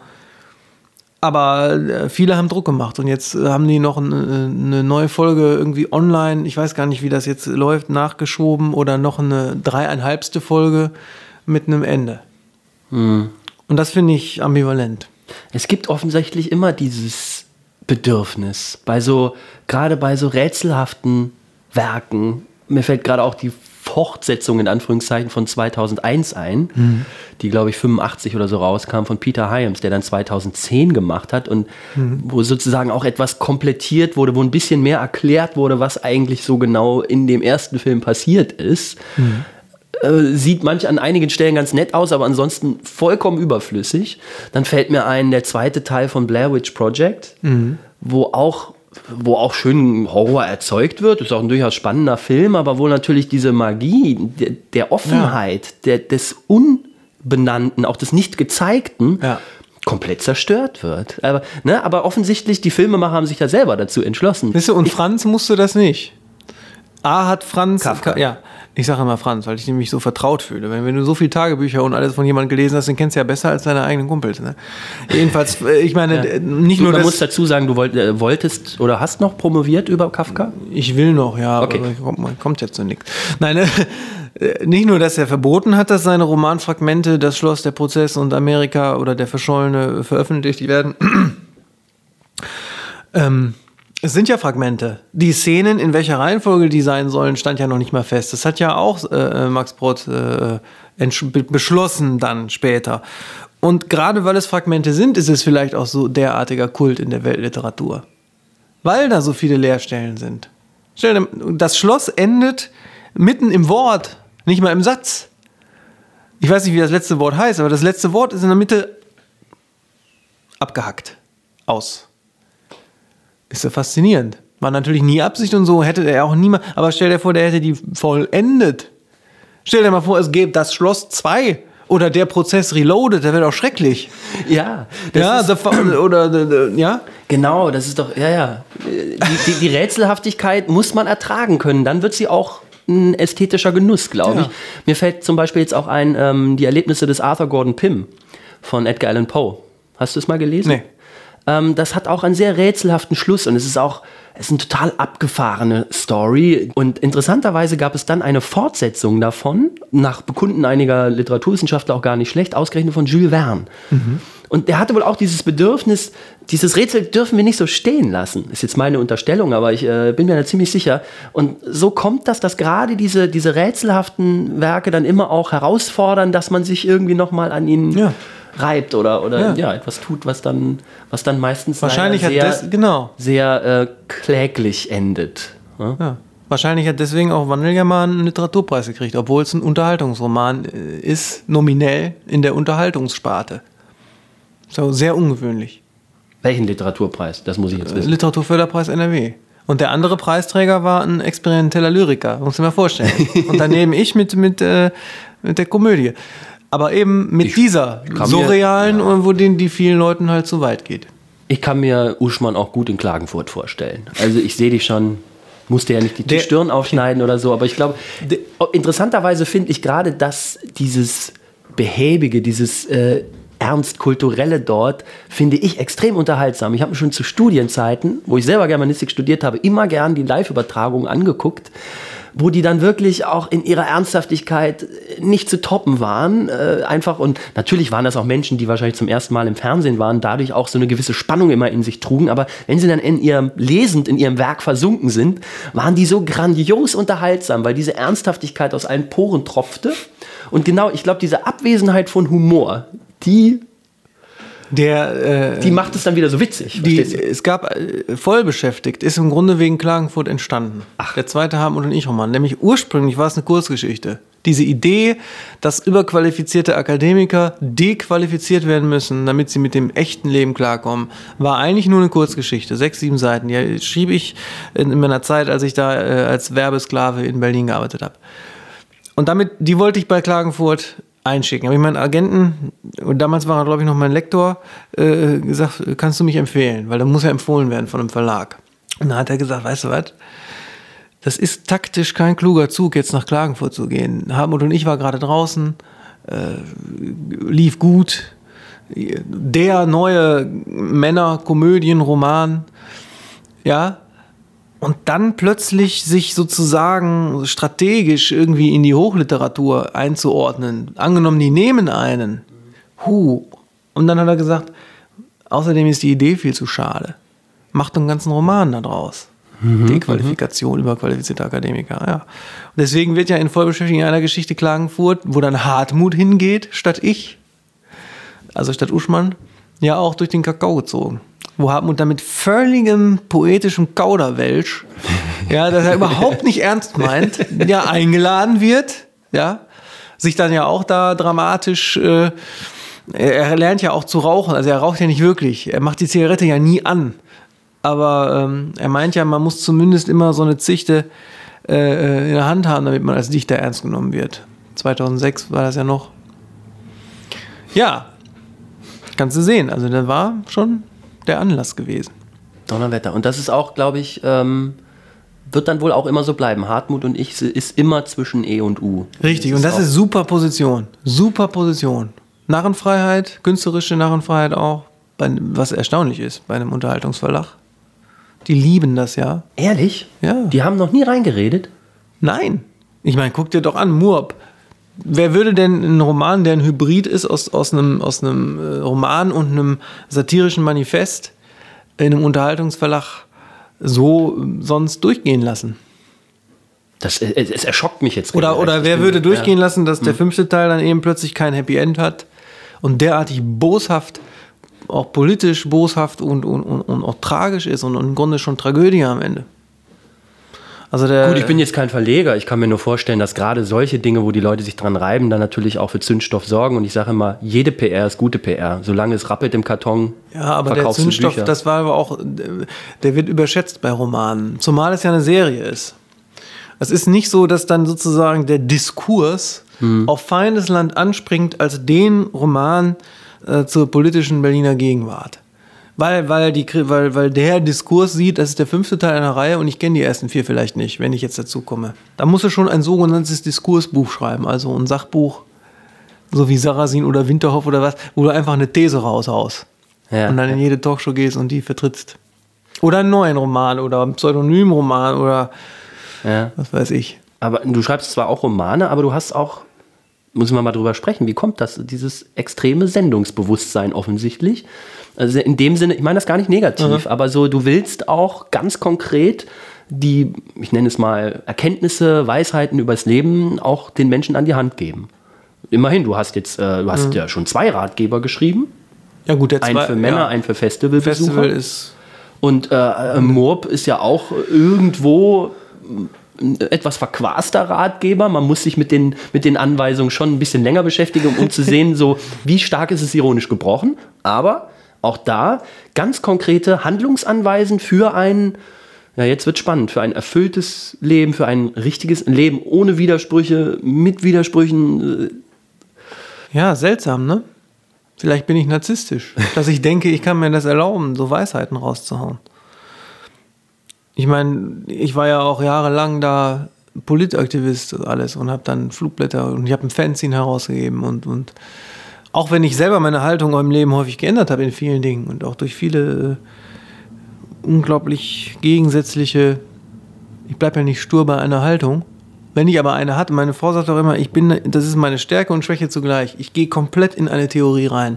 Aber viele haben Druck gemacht und jetzt haben die noch eine, eine neue Folge irgendwie online, ich weiß gar nicht, wie das jetzt läuft, nachgeschoben oder noch eine dreieinhalbste Folge mit einem Ende. Mhm. Und das finde ich ambivalent. Es gibt offensichtlich immer dieses Bedürfnis, bei so, gerade bei so rätselhaften Werken, mir fällt gerade auch die Fortsetzung in Anführungszeichen von zweitausendeins ein, mhm. die glaube ich fünfundachtzig oder so rauskam von Peter Hyams, der dann zweitausendzehn gemacht hat und mhm. wo sozusagen auch etwas komplettiert wurde, wo ein bisschen mehr erklärt wurde, was eigentlich so genau in dem ersten Film passiert ist. Mhm. Äh, sieht manch an einigen Stellen ganz nett aus, aber ansonsten vollkommen überflüssig. Dann fällt mir ein, der zweite Teil von Blair Witch Project, mhm. wo auch wo auch schön Horror erzeugt wird. Ist auch ein durchaus spannender Film, aber wo natürlich diese Magie der, der Offenheit, ja. der, des Unbenannten, auch des Nicht-Gezeigten, ja. komplett zerstört wird. Aber, ne, aber offensichtlich, die Filmemacher haben sich ja selber dazu entschlossen. Weißt du, und ich, Franz musste das nicht. A hat Franz... Kafka. Ja, ich sage immer Franz, weil ich mich so vertraut fühle. Wenn, wenn du so viele Tagebücher und alles von jemandem gelesen hast, dann kennst du ja besser als deine eigenen Kumpels. Ne? Jedenfalls, ich meine, ja. nicht du, nur man das... muss dazu sagen, du wollt, äh, wolltest oder hast noch promoviert über Kafka? Ich will noch, ja, okay. aber kommt, kommt jetzt so nichts. Nein, äh, nicht nur, dass er verboten hat, dass seine Romanfragmente, das Schloss, der Prozess und Amerika oder der Verschollene veröffentlicht werden. ähm... Es sind ja Fragmente. Die Szenen, in welcher Reihenfolge die sein sollen, stand ja noch nicht mal fest. Das hat ja auch äh, Max Brod äh, beschlossen dann später. Und gerade weil es Fragmente sind, ist es vielleicht auch so derartiger Kult in der Weltliteratur. Weil da so viele Leerstellen sind. Stell dir, das Schloss endet mitten im Wort, nicht mal im Satz. Ich weiß nicht, wie das letzte Wort heißt, aber das letzte Wort ist in der Mitte abgehackt. Aus. Ist ja faszinierend. War natürlich nie Absicht und so, hätte er auch niemand. Aber stell dir vor, der hätte die vollendet. Stell dir mal vor, es gäbe das Schloss zwei oder der Prozess Reloaded, der wäre doch schrecklich. Ja. Ja, ist, the, oder, the, the, ja. Genau, das ist doch, ja, ja. Die, die, die Rätselhaftigkeit muss man ertragen können. Dann wird sie auch ein ästhetischer Genuss, glaube ich. Ja. Mir fällt zum Beispiel jetzt auch ein, ähm, die Erlebnisse des Arthur Gordon Pym von Edgar Allan Poe. Hast du es mal gelesen? Nee. Ähm, das hat auch einen sehr rätselhaften Schluss und es ist auch es ist eine total abgefahrene Story. Und interessanterweise gab es dann eine Fortsetzung davon, nach Bekunden einiger Literaturwissenschaftler auch gar nicht schlecht, ausgerechnet von Jules Verne. Mhm. Und der hatte wohl auch dieses Bedürfnis, dieses Rätsel dürfen wir nicht so stehen lassen. Ist jetzt meine Unterstellung, aber ich äh, bin mir da ziemlich sicher. Und so kommt das, dass gerade diese, diese rätselhaften Werke dann immer auch herausfordern, dass man sich irgendwie nochmal an ihnen... Ja. reibt oder, oder ja. ja, etwas tut, was dann, was dann meistens wahrscheinlich sehr, hat des, genau. sehr äh, kläglich endet. Ja? Ja. Wahrscheinlich hat deswegen auch Wandelgermann einen Literaturpreis gekriegt, obwohl es ein Unterhaltungsroman ist, nominell in der Unterhaltungssparte. So sehr ungewöhnlich. Welchen Literaturpreis? Das muss ich jetzt wissen. Literaturförderpreis N R W. Und der andere Preisträger war ein experimenteller Lyriker, muss man mal vorstellen. Und daneben ich mit, mit, äh, mit der Komödie. Aber eben mit ich dieser surrealen, mir, ja. wo denen die vielen Leuten halt zu weit geht. Ich kann mir Uschmann auch gut in Klagenfurt vorstellen. Also ich sehe dich schon, musste ja nicht die der, Stirn aufschneiden oder so, aber ich glaube, interessanterweise finde ich gerade, dass dieses Behäbige, dieses äh, Ernst-Kulturelle dort finde ich extrem unterhaltsam. Ich habe mir schon zu Studienzeiten, wo ich selber Germanistik studiert habe, immer gern die Live-Übertragungen angeguckt, wo die dann wirklich auch in ihrer Ernsthaftigkeit nicht zu toppen waren. Äh, einfach, und natürlich waren das auch Menschen, die wahrscheinlich zum ersten Mal im Fernsehen waren, dadurch auch so eine gewisse Spannung immer in sich trugen. Aber wenn sie dann in ihrem lesend, in ihrem Werk versunken sind, waren die so grandios unterhaltsam, weil diese Ernsthaftigkeit aus allen Poren tropfte. Und genau, ich glaube, diese Abwesenheit von Humor, die, der, äh, die macht es dann wieder so witzig. Die, es gab äh, Vollbeschäftigt, ist im Grunde wegen Klagenfurt entstanden. Ach. Der zweite Hartmut und ich-Roman. Nämlich ursprünglich war es eine Kurzgeschichte. Diese Idee, dass überqualifizierte Akademiker dequalifiziert werden müssen, damit sie mit dem echten Leben klarkommen, war eigentlich nur eine Kurzgeschichte. Sechs, sieben Seiten. Die schrieb ich in meiner Zeit, als ich da äh, als Werbesklave in Berlin gearbeitet habe. Und damit, die wollte ich bei Klagenfurt einschicken. Habe ich meinen Agenten, und damals war er, glaube ich, noch mein Lektor, äh, gesagt, kannst du mich empfehlen? Weil da muss ja empfohlen werden von einem Verlag. Und dann hat er gesagt, weißt du was? Das ist taktisch kein kluger Zug, jetzt nach Klagenfurt zu gehen. Hartmut und ich war gerade draußen, äh, lief gut. Der neue Männer-Komödien-Roman, ja, und dann plötzlich sich sozusagen strategisch irgendwie in die Hochliteratur einzuordnen. Angenommen, die nehmen einen. Huh. Und dann hat er gesagt, außerdem ist die Idee viel zu schade. Macht einen ganzen Roman da draus. Mhm, Dequalifikation, mhm. überqualifizierte Akademiker. Ja. Und deswegen wird ja in Vollbeschäftigung in einer Geschichte Klagenfurt, wo dann Hartmut hingeht, statt ich, also statt Uschmann, ja auch durch den Kakao gezogen. Wo Hartmut dann mit völligem poetischem Kauderwelsch, ja, dass er überhaupt nicht ernst meint, ja, eingeladen wird, ja, sich dann ja auch da dramatisch, äh, er lernt ja auch zu rauchen, also er raucht ja nicht wirklich, er macht die Zigarette ja nie an, aber ähm, er meint ja, man muss zumindest immer so eine Zichte äh, in der Hand haben, damit man als Dichter ernst genommen wird. zweitausendsechs war das ja noch. Ja, kannst du sehen, also da war schon der Anlass gewesen. Donnerwetter. Und das ist auch, glaube ich, ähm, wird dann wohl auch immer so bleiben. Hartmut und ich ist immer zwischen E und U. Richtig, das und das ist super Position. Super Position. Narrenfreiheit, künstlerische Narrenfreiheit auch, bei, was erstaunlich ist bei einem Unterhaltungsverlag. Die lieben das ja. Ehrlich? Ja. Die haben noch nie reingeredet? Nein. Ich meine, guck dir doch an, Murb. Wer würde denn einen Roman, der ein Hybrid ist aus, aus einem, aus einem äh, Roman und einem satirischen Manifest in einem Unterhaltungsverlag so sonst durchgehen lassen? Das, es, es erschockt mich jetzt. Oder, oder wer würde durchgehen ja. lassen, dass der fünfte Teil dann eben plötzlich kein Happy End hat und derartig boshaft, auch politisch boshaft und, und, und, und auch tragisch ist und, und im Grunde schon Tragödie am Ende? Also der Gut, ich bin jetzt kein Verleger. Ich kann mir nur vorstellen, dass gerade solche Dinge, wo die Leute sich dran reiben, dann natürlich auch für Zündstoff sorgen. Und ich sage immer, jede P R ist gute P R. Solange es rappelt im Karton, ja, aber der verkaufst du Zündstoff, Bücher. Das war aber auch, der wird überschätzt bei Romanen. Zumal es ja eine Serie ist. Es ist nicht so, dass dann sozusagen der Diskurs hm. auf Feindesland anspringt als den Roman äh, zur politischen Berliner Gegenwart. Weil, weil, die, weil, weil der Diskurs sieht, das ist der fünfte Teil einer Reihe und ich kenne die ersten vier vielleicht nicht, wenn ich jetzt dazu komme. Da musst du schon ein sogenanntes Diskursbuch schreiben, also ein Sachbuch, so wie Sarrazin oder Winterhoff oder was, wo du einfach eine These raushaust ja. und dann in jede Talkshow gehst und die vertrittst. Oder einen neuen Roman oder einen Pseudonymroman oder ja. was weiß ich. Aber du schreibst zwar auch Romane, aber du hast auch, müssen wir mal drüber sprechen, wie kommt das, dieses extreme Sendungsbewusstsein offensichtlich? Also in dem Sinne, ich meine das gar nicht negativ, mhm. aber so, du willst auch ganz konkret die, ich nenne es mal, Erkenntnisse, Weisheiten übers Leben auch den Menschen an die Hand geben. Immerhin, du hast jetzt, äh, du hast mhm. ja schon zwei Ratgeber geschrieben. Ja gut, der zwei, einen für Männer, ja. einen für Festivalbesucher. Festival ist und äh, Murb ist ja auch irgendwo ein etwas verquaster Ratgeber. Man muss sich mit den, mit den Anweisungen schon ein bisschen länger beschäftigen, um zu sehen, so wie stark ist es ironisch gebrochen. Aber auch da ganz konkrete Handlungsanweisen für ein, ja jetzt wird spannend, für ein erfülltes Leben, für ein richtiges Leben ohne Widersprüche, mit Widersprüchen. Ja, seltsam, ne? Vielleicht bin ich narzisstisch, dass ich denke, ich kann mir das erlauben, so Weisheiten rauszuhauen. Ich meine, ich war ja auch jahrelang da Politaktivist und alles und habe dann Flugblätter und ich habe ein Fanzine herausgegeben und, und auch wenn ich selber meine Haltung im Leben häufig geändert habe in vielen Dingen und auch durch viele äh, unglaublich gegensätzliche, ich bleibe ja nicht stur bei einer Haltung. Wenn ich aber eine hatte, meine Frau sagt auch immer, ich bin, das ist meine Stärke und Schwäche zugleich. Ich gehe komplett in eine Theorie rein.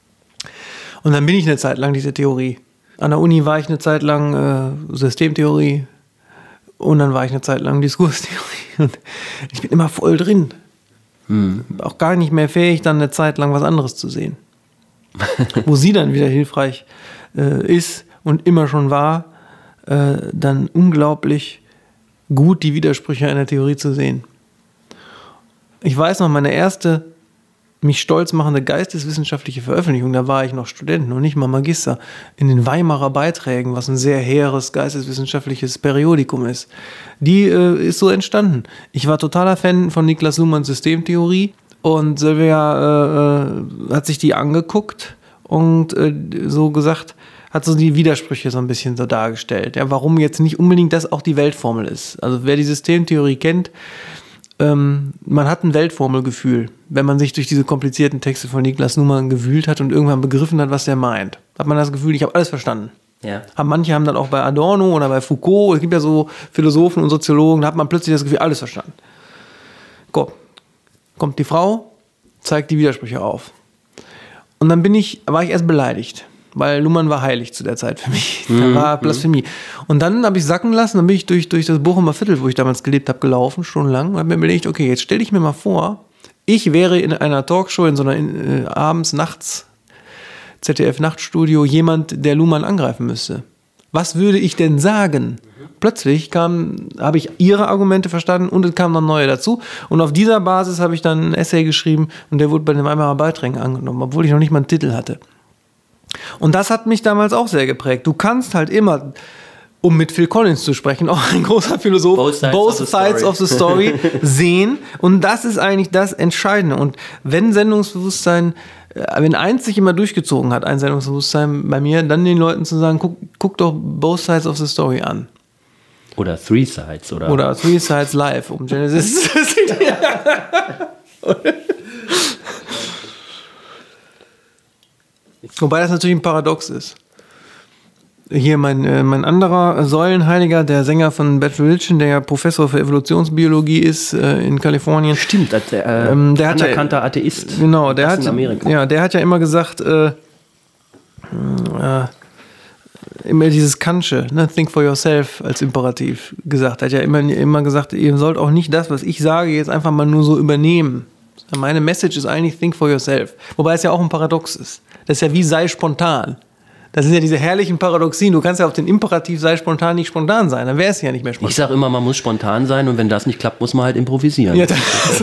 Und dann bin ich eine Zeit lang diese Theorie. An der Uni war ich eine Zeit lang äh, Systemtheorie und dann war ich eine Zeit lang Diskurstheorie. Und ich bin immer voll drin. Hm. Auch gar nicht mehr fähig, dann eine Zeit lang was anderes zu sehen. Wo sie dann wieder hilfreich äh, ist und immer schon war, äh, dann unglaublich gut die Widersprüche einer Theorie zu sehen. Ich weiß noch, meine erste mich stolz machende geisteswissenschaftliche Veröffentlichung, da war ich noch Student, noch nicht mal Magister, in den Weimarer Beiträgen, was ein sehr hehres geisteswissenschaftliches Periodikum ist. Die äh, ist so entstanden. Ich war totaler Fan von Niklas Luhmanns Systemtheorie und Sylvia äh, hat sich die angeguckt und äh, so gesagt, hat so die Widersprüche so ein bisschen so dargestellt. Ja, warum jetzt nicht unbedingt das auch die Weltformel ist. Also wer die Systemtheorie kennt, ähm, man hat ein Weltformelgefühl, wenn man sich durch diese komplizierten Texte von Niklas Luhmann gewühlt hat und irgendwann begriffen hat, was der meint. Hat man das Gefühl, ich habe alles verstanden. Ja. Haben manche haben dann auch bei Adorno oder bei Foucault, es gibt ja so Philosophen und Soziologen, da hat man plötzlich das Gefühl, alles verstanden. Go. Kommt die Frau, zeigt die Widersprüche auf. Und dann bin ich, war ich erst beleidigt. Weil Luhmann war heilig zu der Zeit für mich. Da Mhm. war Blasphemie. Und dann habe ich sacken lassen, dann bin ich durch, durch das Bochumer Viertel, wo ich damals gelebt habe, gelaufen, stundenlang. Und habe mir überlegt, okay, jetzt stell dich mir mal vor, ich wäre in einer Talkshow, in so einer äh, abends, nachts, Z D F-Nachtstudio, jemand, der Luhmann angreifen müsste. Was würde ich denn sagen? Plötzlich kam, habe ich ihre Argumente verstanden und es kamen dann neue dazu. Und auf dieser Basis habe ich dann ein Essay geschrieben und der wurde bei den Weimarer Beiträgen angenommen, obwohl ich noch nicht mal einen Titel hatte. Und das hat mich damals auch sehr geprägt. Du kannst halt immer, um mit Phil Collins zu sprechen, auch ein großer Philosoph, Both sides, both of, the sides of the story sehen. Und das ist eigentlich das Entscheidende. Und wenn Sendungsbewusstsein, wenn eins sich immer durchgezogen hat, ein Sendungsbewusstsein bei mir, dann den Leuten zu sagen, guck, guck doch Both Sides of the Story an. Oder Three Sides. Oder, oder Three Sides Live, um Genesis zu zitieren. Wobei das natürlich ein Paradox ist. Hier mein, äh, mein anderer Säulenheiliger, der Sänger von Bad Religion, der ja Professor für Evolutionsbiologie ist äh, in Kalifornien. Stimmt, der, äh, ähm, der anerkannter hat ja, Atheist. Genau, der hat, in Amerika. Ja, der hat ja immer gesagt, äh, äh, immer dieses Kantsche, ne, think for yourself als Imperativ gesagt. Er hat ja immer, immer gesagt, ihr sollt auch nicht das, was ich sage, jetzt einfach mal nur so übernehmen. Meine Message ist eigentlich think for yourself. Wobei es ja auch ein Paradox ist. Das ist ja wie sei spontan. Das sind ja diese herrlichen Paradoxien. Du kannst ja auf den Imperativ sei spontan nicht spontan sein. Dann wäre es ja nicht mehr spontan. Ich sage immer, man muss spontan sein und wenn das nicht klappt, muss man halt improvisieren. Ja, das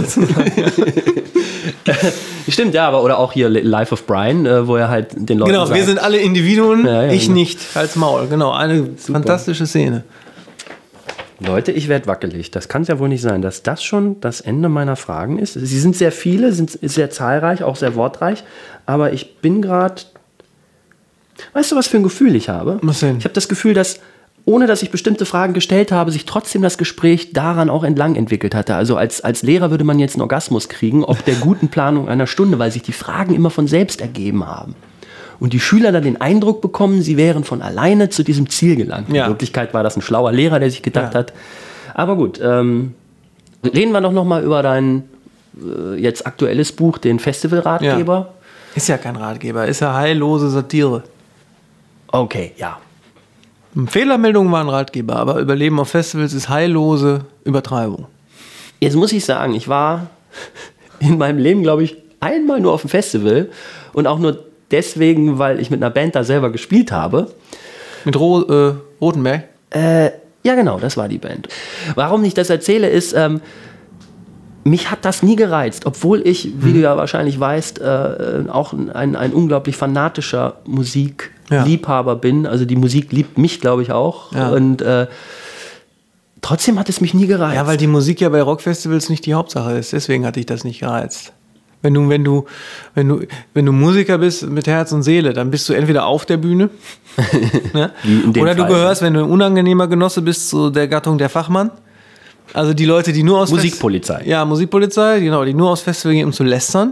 Stimmt, ja, aber oder auch hier Life of Brian, äh, wo er halt den Leuten Genau, sagt, wir sind alle Individuen, ja, ja, ich genau. nicht. Halt's Maul, genau. Eine Super. fantastische Szene. Leute, ich werde wackelig. Das kann es ja wohl nicht sein, dass das schon das Ende meiner Fragen ist. Sie sind sehr viele, sind sehr zahlreich, auch sehr wortreich. Aber ich bin gerade... Weißt du, was für ein Gefühl ich habe? Was denn? Ich habe das Gefühl, dass, ohne dass ich bestimmte Fragen gestellt habe, sich trotzdem das Gespräch daran auch entlang entwickelt hatte. Also als, als Lehrer würde man jetzt einen Orgasmus kriegen, ob der guten Planung einer Stunde, weil sich die Fragen immer von selbst ergeben haben. Und die Schüler dann den Eindruck bekommen, sie wären von alleine zu diesem Ziel gelangt. Ja. In Wirklichkeit war das ein schlauer Lehrer, der sich gedacht Ja. hat. Aber gut, ähm, reden wir doch noch mal über dein äh, jetzt aktuelles Buch, den Festivalratgeber. Ist ja kein Ratgeber, ist ja heillose Satire. Okay, ja. Fehlermeldungen waren Ratgeber, aber Überleben auf Festivals ist heillose Übertreibung. Jetzt muss ich sagen, ich war in meinem Leben, glaube ich, einmal nur auf dem Festival und auch nur deswegen, weil ich mit einer Band da selber gespielt habe. Mit Ro äh, Rotenberg? Äh, ja, genau, das war die Band. Warum ich das erzähle, ist, ähm, mich hat das nie gereizt, obwohl ich, wie du ja wahrscheinlich weißt, äh, auch ein, ein unglaublich fanatischer Musikliebhaber ja. bin. Also die Musik liebt mich, glaube ich, auch. Ja. Und äh, trotzdem hat es mich nie gereizt. Ja, weil die Musik ja bei Rockfestivals nicht die Hauptsache ist. Deswegen hat dich das nicht gereizt. Wenn du, wenn du, wenn du, wenn du Musiker bist mit Herz und Seele, dann bist du entweder auf der Bühne ne? oder du Fall. gehörst, wenn du ein unangenehmer Genosse bist, zu der Gattung der Fachmann. Also die Leute, die nur aus Musikpolizei. Fest- ja, Musikpolizei, genau, die nur aufs Festival gehen, um zu lästern.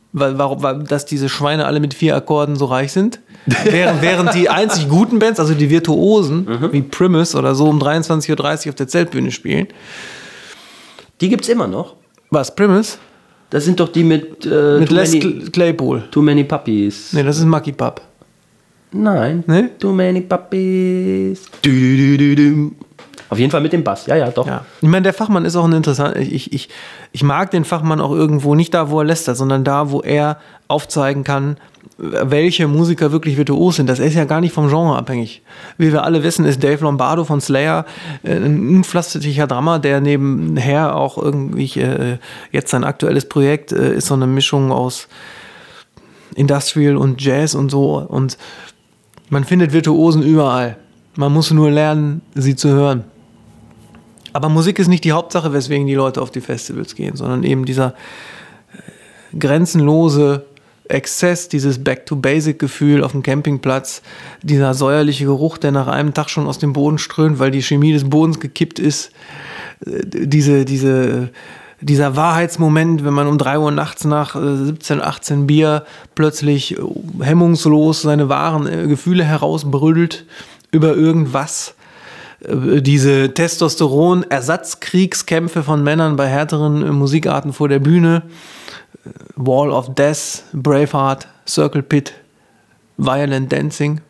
weil, warum, weil, dass diese Schweine alle mit vier Akkorden so reich sind. während, während die einzig guten Bands, also die Virtuosen, mhm. wie Primus oder so, um dreiundzwanzig Uhr dreißig auf der Zeltbühne spielen. Die gibt's immer noch. Was, Primus? Das sind doch die mit... Äh, mit Les many, Claypool. Too Many Puppies. Nee, das ist Mucky Pup. Nein. Nee? Too Many Puppies. Du, du, du, du. Auf jeden Fall mit dem Bass, ja, ja, doch. Ja. Ich meine, der Fachmann ist auch ein interessanter. Ich, ich, ich mag den Fachmann auch irgendwo, nicht da, wo er lästert, sondern da, wo er aufzeigen kann, welche Musiker wirklich virtuos sind. Das ist ja gar nicht vom Genre abhängig. Wie wir alle wissen, ist Dave Lombardo von Slayer ein unflasterlicher Drummer, der nebenher auch irgendwie äh, jetzt sein aktuelles Projekt äh, ist so eine Mischung aus Industrial und Jazz und so. Und man findet Virtuosen überall. Man muss nur lernen, sie zu hören. Aber Musik ist nicht die Hauptsache, weswegen die Leute auf die Festivals gehen, sondern eben dieser grenzenlose Exzess, dieses Back-to-Basic-Gefühl auf dem Campingplatz, dieser säuerliche Geruch, der nach einem Tag schon aus dem Boden strömt, weil die Chemie des Bodens gekippt ist, diese, diese, dieser Wahrheitsmoment, wenn man um drei Uhr nachts nach siebzehn, achtzehn Bier plötzlich hemmungslos seine wahren Gefühle herausbrüllt über irgendwas. Diese Testosteron-Ersatzkriegskämpfe von Männern bei härteren Musikarten vor der Bühne, Wall of Death, Braveheart, Circle Pit, Violent Dancing.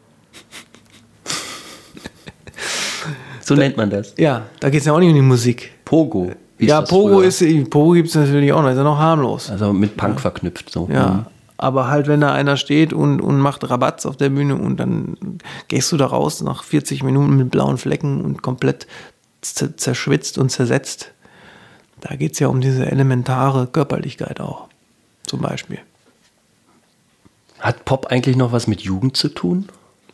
So nennt man das. Ja, da geht es ja auch nicht um die Musik. Pogo. Ja, Pogo ist, Pogo gibt es natürlich auch noch, ist ja noch harmlos. Also mit Punk ja. verknüpft so. Ja. Mhm. Aber halt, wenn da einer steht und, und macht Rabatz auf der Bühne und dann gehst du da raus nach vierzig Minuten mit blauen Flecken und komplett z- zerschwitzt und zersetzt. Da geht es ja um diese elementare Körperlichkeit auch, zum Beispiel. Hat Pop eigentlich noch was mit Jugend zu tun?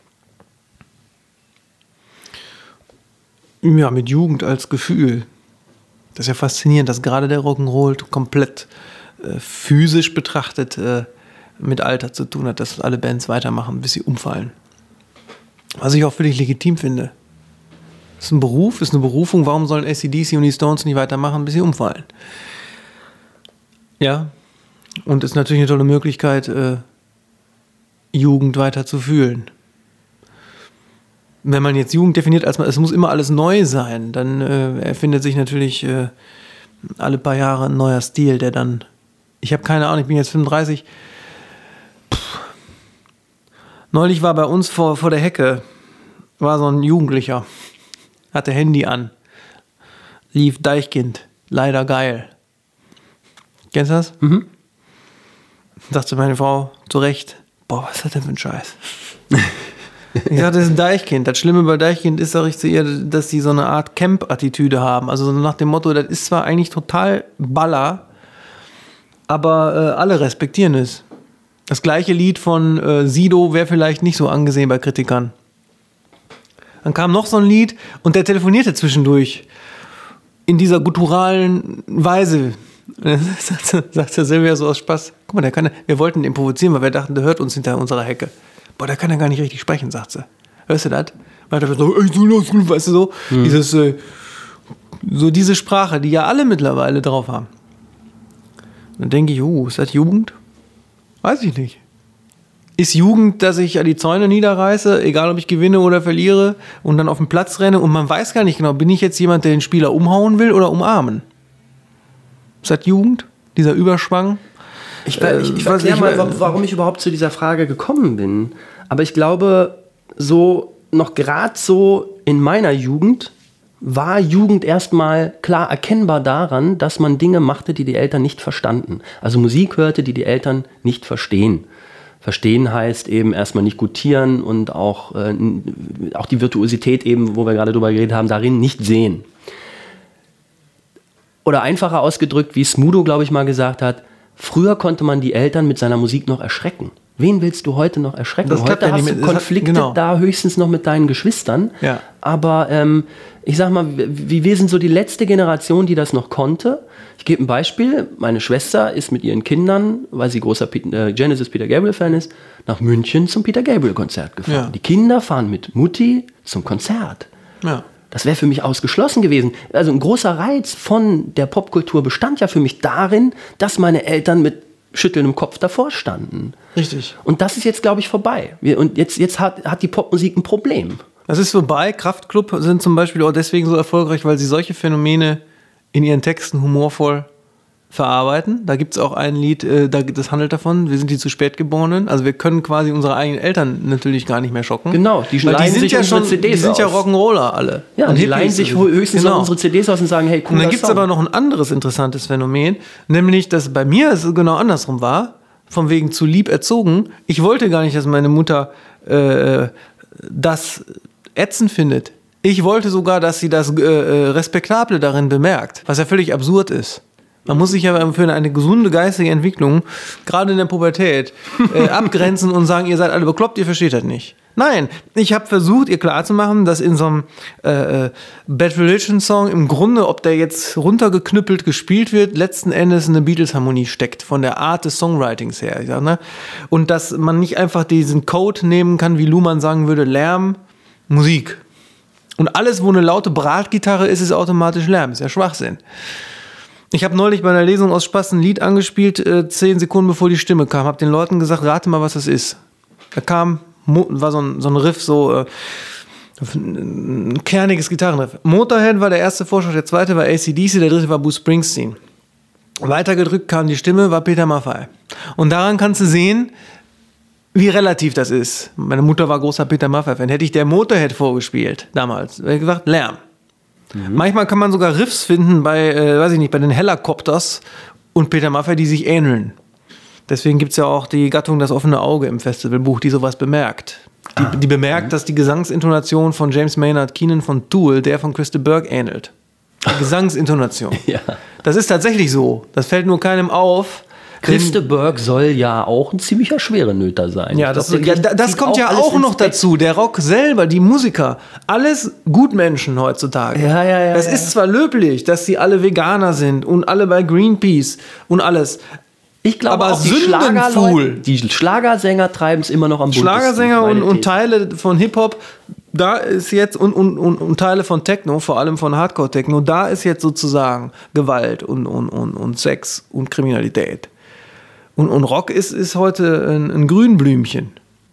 Ja, mit Jugend als Gefühl. Das ist ja faszinierend, dass gerade der Rock'n'Roll komplett äh, physisch betrachtet äh, mit Alter zu tun hat, dass alle Bands weitermachen, bis sie umfallen. Was ich auch völlig legitim finde. Das ist ein Beruf, ist eine Berufung. Warum sollen A C D C und die Stones nicht weitermachen, bis sie umfallen? Ja, und ist natürlich eine tolle Möglichkeit, äh, Jugend weiter zu fühlen. Wenn man jetzt Jugend definiert, als man, es muss immer alles neu sein, dann äh, erfindet sich natürlich äh, alle paar Jahre ein neuer Stil, der dann, ich habe keine Ahnung, ich bin jetzt fünfunddreißig. Pff. Neulich war bei uns vor, vor der Hecke, war so ein Jugendlicher, hatte Handy an, lief Deichkind, leider geil. Kennst du das? Mhm. Sagte meine Frau, zu Recht, boah, was ist das denn für ein Scheiß? Ich sagte, das ist ein Deichkind. Das Schlimme bei Deichkind ist, sage ich zu ihr, dass die so eine Art Camp-Attitüde haben. Also nach dem Motto, das ist zwar eigentlich total Baller, aber äh, alle respektieren es. Das gleiche Lied von äh, Sido wäre vielleicht nicht so angesehen bei Kritikern. Dann kam noch so ein Lied und der telefonierte zwischendurch in dieser gutturalen Weise. Sagt der Silvia so aus Spaß, guck mal, der kann, wir wollten ihn provozieren, weil wir dachten, der hört uns hinter unserer Hecke. Boah, der kann ja gar nicht richtig sprechen, sagt sie. Hörst du das? Weil der so, weißt du so, hm. dieses, äh, so diese Sprache, die ja alle mittlerweile drauf haben. Dann denke ich, oh, ist das Jugend? Weiß ich nicht. Ist Jugend, dass ich die Zäune niederreiße, egal ob ich gewinne oder verliere und dann auf den Platz renne und man weiß gar nicht genau, bin ich jetzt jemand, der den Spieler umhauen will oder umarmen? Ist das Jugend? Dieser Überschwang? Ich, ich, ich erkläre mal, warum ich überhaupt zu dieser Frage gekommen bin. Aber ich glaube, so noch gerade so in meiner Jugend war Jugend erstmal klar erkennbar daran, dass man Dinge machte, die die Eltern nicht verstanden. Also Musik hörte, die die Eltern nicht verstehen. Verstehen heißt eben erstmal nicht gutieren und auch, äh, auch die Virtuosität eben, wo wir gerade drüber geredet haben, darin nicht sehen. Oder einfacher ausgedrückt, wie Smudo, glaube ich, mal gesagt hat, früher konnte man die Eltern mit seiner Musik noch erschrecken. Wen willst du heute noch erschrecken? Das heute ja hast nicht du mit, Konflikte hat, genau. da höchstens noch mit deinen Geschwistern. Ja. Aber ähm, ich sag mal, wir, wir sind so die letzte Generation, die das noch konnte. Ich gebe ein Beispiel. Meine Schwester ist mit ihren Kindern, weil sie großer Peter, äh, Genesis Peter Gabriel-Fan ist, nach München zum Peter Gabriel-Konzert gefahren. Ja. Die Kinder fahren mit Mutti zum Konzert. Ja. Das wäre für mich ausgeschlossen gewesen. Also ein großer Reiz von der Popkultur bestand ja für mich darin, dass meine Eltern mit schüttelndem Kopf davor standen. Richtig. Und das ist jetzt, glaube ich, vorbei. Wir, und jetzt, jetzt hat, hat die Popmusik ein Problem. Das ist vorbei. Kraftklub sind zum Beispiel auch deswegen so erfolgreich, weil sie solche Phänomene in ihren Texten humorvoll verarbeiten. Da gibt es auch ein Lied, äh, das handelt davon, wir sind die zu spät Geborenen. Also wir können quasi unsere eigenen Eltern natürlich gar nicht mehr schocken. Genau, die Weil leihen die sind sich ja unsere schon, C Ds die sind aus. ja Rock'n'Roller alle. Ja, und die leihen Hippies sich oder so. höchstens Genau. auch unsere C Ds aus und sagen, hey, cool. Und dann gibt es aber noch ein anderes interessantes Phänomen, nämlich, dass bei mir es genau andersrum war, von wegen zu lieb erzogen. Ich wollte gar nicht, dass meine Mutter äh, das ätzend findet. Ich wollte sogar, dass sie das äh, Respektable darin bemerkt, was ja völlig absurd ist. Man muss sich ja für eine gesunde geistige Entwicklung, gerade in der Pubertät, äh, abgrenzen und sagen, ihr seid alle bekloppt, ihr versteht das nicht. Nein, ich habe versucht, ihr klarzumachen, dass in so einem äh, Bad Religion Song im Grunde, ob der jetzt runtergeknüppelt gespielt wird, letzten Endes eine Beatles-Harmonie steckt, von der Art des Songwritings her. Ich sag, ne? Und dass man nicht einfach diesen Code nehmen kann, wie Luhmann sagen würde, Lärm, Musik. Und alles, wo eine laute Bratgitarre ist, ist automatisch Lärm. Ist ja Schwachsinn. Ich habe neulich bei einer Lesung aus Spaß ein Lied angespielt, äh, zehn Sekunden bevor die Stimme kam. Habe den Leuten gesagt, rate mal, was das ist. Da kam, war so ein, so ein Riff, so äh, ein kerniges Gitarrenriff. Motorhead war der erste Vorschlag, der zweite war A C D C, der dritte war Bruce Springsteen. Weitergedrückt kam die Stimme, war Peter Maffay. Und daran kannst du sehen, wie relativ das ist. Meine Mutter war großer Peter Maffay-Fan. Hätte ich der Motorhead vorgespielt, damals, hätte ich gesagt, Lärm. Mhm. Manchmal kann man sogar Riffs finden bei, äh, weiß ich nicht, bei den Helicopters und Peter Maffay, die sich ähneln. Deswegen gibt es ja auch die Gattung Das offene Auge im Festivalbuch, die sowas bemerkt. Die, ah. die bemerkt, mhm. dass die Gesangsintonation von James Maynard Keenan von Tool der von Chris de Burgh ähnelt. Die Gesangsintonation. Ja. Das ist tatsächlich so. Das fällt nur keinem auf. Chris de Burgh soll ja auch ein ziemlicher Schwerenöter sein. Ja, das, glaub, ja, das kommt ja auch noch dazu. Der Rock selber, die Musiker, alles Gutmenschen heutzutage. Ja, ja, ja. Das ja. ist zwar löblich, dass sie alle Veganer sind und alle bei Greenpeace und alles. Ich glaube, aber auch die, Schlagerleute, die Schlagersänger treiben es immer noch am buntesten. Schlagersänger und, und Teile von Hip-Hop, da ist jetzt, und, und, und, und Teile von Techno, vor allem von Hardcore-Techno, da ist jetzt sozusagen Gewalt und, und, und, und Sex und Kriminalität. Und, und Rock ist, ist heute ein, ein Grünblümchen.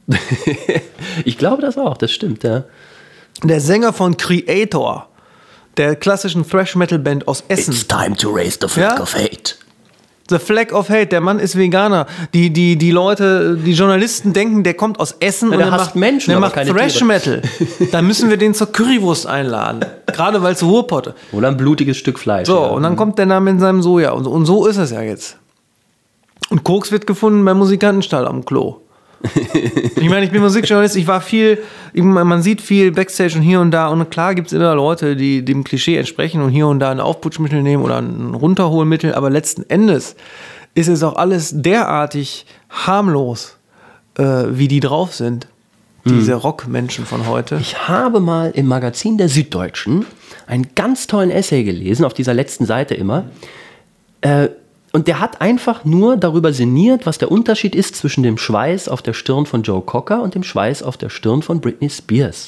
Ich glaube das auch, das stimmt, ja. Der Sänger von Creator, der klassischen Thrash-Metal-Band aus Essen. It's time to raise the flag ja? of hate. The Flag of Hate, der Mann ist Veganer. Die, die, die Leute, die Journalisten denken, der kommt aus Essen ja, und der, der macht macht Menschen, der macht Thrash-Metal. Da müssen wir den zur Currywurst einladen. Gerade weil es Ruhrpotte. Oder ein blutiges Stück Fleisch. So, ja. und dann kommt der Name in seinem Soja. Und, und so ist es ja jetzt. Und Koks wird gefunden beim Musikantenstall am Klo. Ich meine, ich bin Musikjournalist, ich war viel, man sieht viel Backstage und hier und da. Und klar gibt es immer Leute, die dem Klischee entsprechen und hier und da ein Aufputschmittel nehmen oder ein Runterholmittel. Aber letzten Endes ist es auch alles derartig harmlos, äh, wie die drauf sind. Diese hm. Rockmenschen von heute. Ich habe mal im Magazin der Süddeutschen einen ganz tollen Essay gelesen, auf dieser letzten Seite immer. Äh, Und der hat einfach nur darüber sinniert, was der Unterschied ist zwischen dem Schweiß auf der Stirn von Joe Cocker und dem Schweiß auf der Stirn von Britney Spears.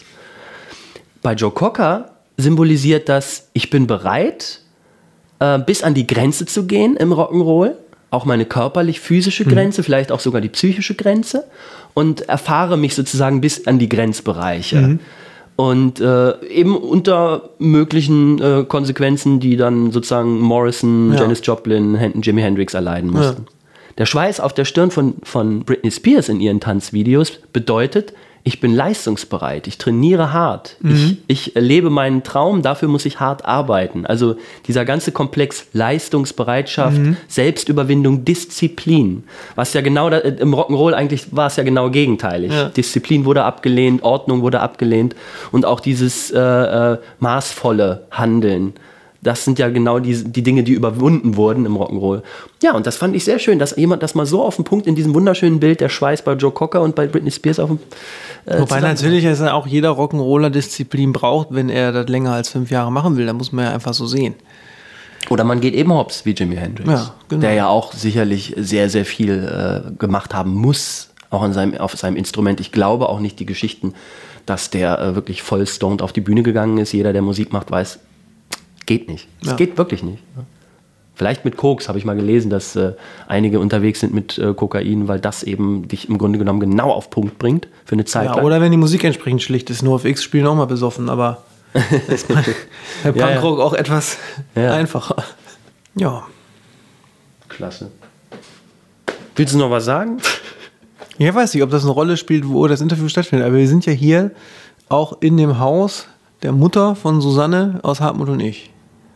Bei Joe Cocker symbolisiert das, ich bin bereit, äh, bis an die Grenze zu gehen im Rock'n'Roll, auch meine körperlich-physische Grenze, mhm. vielleicht auch sogar die psychische Grenze, und erfahre mich sozusagen bis an die Grenzbereiche. Mhm. Und äh, eben unter möglichen äh, Konsequenzen, die dann sozusagen Morrison, ja. Janis Joplin, Jimi Hendrix erleiden mussten. Ja. Der Schweiß auf der Stirn von, von Britney Spears in ihren Tanzvideos bedeutet, ich bin leistungsbereit, ich trainiere hart, mhm. ich, ich lebe meinen Traum, dafür muss ich hart arbeiten. Also dieser ganze Komplex Leistungsbereitschaft, mhm. Selbstüberwindung, Disziplin, was ja genau, da, im Rock'n'Roll eigentlich war es ja genau gegenteilig. Ja. Disziplin wurde abgelehnt, Ordnung wurde abgelehnt und auch dieses äh, äh, maßvolle Handeln. Das sind ja genau die, die Dinge, die überwunden wurden im Rock'n'Roll. Ja, und das fand ich sehr schön, dass jemand das mal so auf den Punkt in diesem wunderschönen Bild, der Schweiß bei Joe Cocker und bei Britney Spears auf dem äh, Wobei natürlich ist ja auch jeder Rock'n'Roller Disziplin braucht, wenn er das länger als fünf Jahre machen will. Da muss man ja einfach so sehen. Oder man geht eben hops wie Jimi Hendrix, ja, genau. der ja auch sicherlich sehr, sehr viel äh, gemacht haben muss, auch in seinem, auf seinem Instrument. Ich glaube auch nicht die Geschichten, dass der äh, wirklich voll stoned auf die Bühne gegangen ist. Jeder, der Musik macht, weiß, geht nicht. Es ja. geht wirklich nicht. Vielleicht mit Koks, habe ich mal gelesen, dass äh, einige unterwegs sind mit äh, Kokain, weil das eben dich im Grunde genommen genau auf Punkt bringt für eine Zeit Ja, lang. oder wenn die Musik entsprechend schlicht ist. Nur auf X spielen auch mal besoffen, aber ist bei, bei Punkrock ja, ja. auch etwas Ja. einfacher. Ja. Klasse. Willst du noch was sagen? Ich weiß nicht, ob das eine Rolle spielt, wo das Interview stattfindet, aber wir sind ja hier auch in dem Haus der Mutter von Susanne aus Hartmut und ich.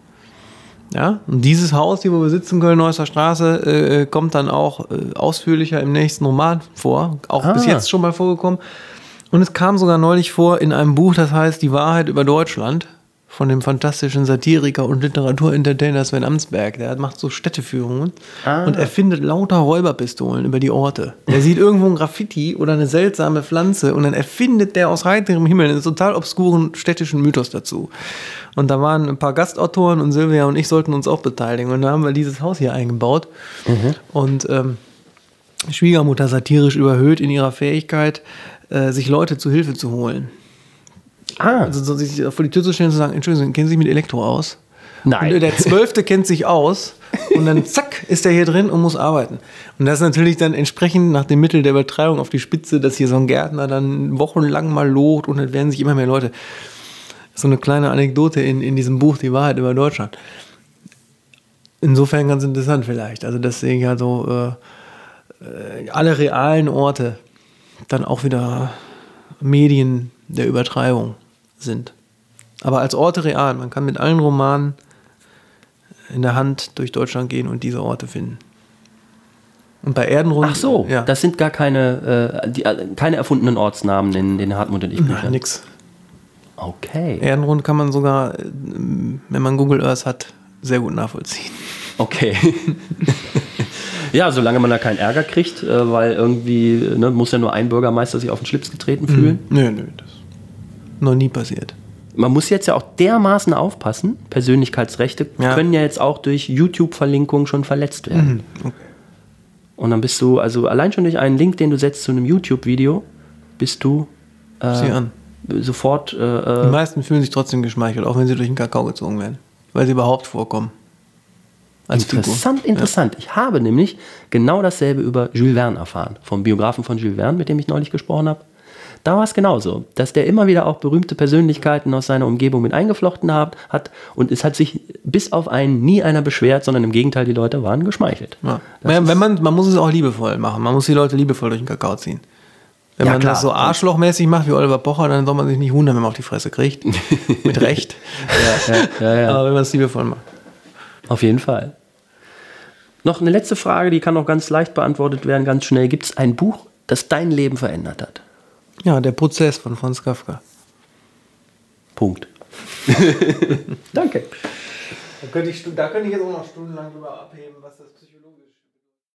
Ja, und dieses Haus, hier wo wir sitzen, Köln-Neusser Straße, äh, kommt dann auch äh, ausführlicher im nächsten Roman vor. Auch Ah. bis jetzt schon mal vorgekommen. Und es kam sogar neulich vor in einem Buch, das heißt Die Wahrheit über Deutschland, von dem fantastischen Satiriker und Literaturentertainer Sven Amsberg. Der macht so Städteführungen Ah. und erfindet lauter Räuberpistolen über die Orte. Der sieht irgendwo ein Graffiti oder eine seltsame Pflanze und dann erfindet der aus heiterem Himmel einen total obskuren städtischen Mythos dazu. Und da waren ein paar Gastautoren und Silvia und ich sollten uns auch beteiligen. Und da haben wir dieses Haus hier eingebaut. Mhm. Und ähm, Schwiegermutter satirisch überhöht in ihrer Fähigkeit, äh, sich Leute zu Hilfe zu holen. Ah. Also so sich vor die Tür zu stellen und zu sagen, Entschuldigung, kennen Sie sich mit Elektro aus? Nein. Und der Zwölfte kennt sich aus und dann zack, ist er hier drin und muss arbeiten. Und das ist natürlich dann entsprechend nach dem Mittel der Übertreibung auf die Spitze, dass hier so ein Gärtner dann wochenlang mal locht und dann werden sich immer mehr Leute. So eine kleine Anekdote in, in diesem Buch, Die Wahrheit über Deutschland. Insofern ganz interessant vielleicht. Also deswegen ja so äh, alle realen Orte dann auch wieder Medien der Übertreibung sind. Aber als Orte real. Man kann mit allen Romanen in der Hand durch Deutschland gehen und diese Orte finden. Und bei Erdenrund... Ach so, ja. das sind gar keine, äh, die, äh, keine erfundenen Ortsnamen in den Hartmut und ich Büchern. Nein, nix. Okay. Erdenrund kann man sogar, äh, wenn man Google Earth hat, sehr gut nachvollziehen. Okay. Ja, solange man da keinen Ärger kriegt, äh, weil irgendwie ne, muss ja nur ein Bürgermeister sich auf den Schlips getreten fühlen. Mhm. Nö, nö, das ist noch nie passiert. Man muss jetzt ja auch dermaßen aufpassen, Persönlichkeitsrechte Ja. können ja jetzt auch durch YouTube-Verlinkungen schon verletzt werden. Mhm. Okay. Und dann bist du, also allein schon durch einen Link, den du setzt zu einem YouTube-Video, bist du äh, Sieh an. sofort... Äh, Die meisten fühlen sich trotzdem geschmeichelt, auch wenn sie durch den Kakao gezogen werden. Weil sie überhaupt vorkommen. Als Interessant, Figur. interessant. Ich habe nämlich genau dasselbe über Jules Verne erfahren, vom Biografen von Jules Verne, mit dem ich neulich gesprochen habe. Da war es genauso, dass der immer wieder auch berühmte Persönlichkeiten aus seiner Umgebung mit eingeflochten hat, hat und es hat sich bis auf einen nie einer beschwert, sondern im Gegenteil, die Leute waren geschmeichelt. Ja. Wenn, wenn man, man muss es auch liebevoll machen. Man muss die Leute liebevoll durch den Kakao ziehen. Wenn Ja, man klar. das so arschlochmäßig macht wie Oliver Pocher, dann soll man sich nicht wundern, wenn man auf die Fresse kriegt. Mit Recht. Ja, ja, ja, ja. Aber wenn man es liebevoll macht. Auf jeden Fall. Noch eine letzte Frage, die kann auch ganz leicht beantwortet werden, ganz schnell. Gibt es ein Buch, das dein Leben verändert hat? Ja, der Prozess von Franz Kafka. Punkt. Danke. Da könnte ich, da könnte ich jetzt auch noch stundenlang drüber abheben, was das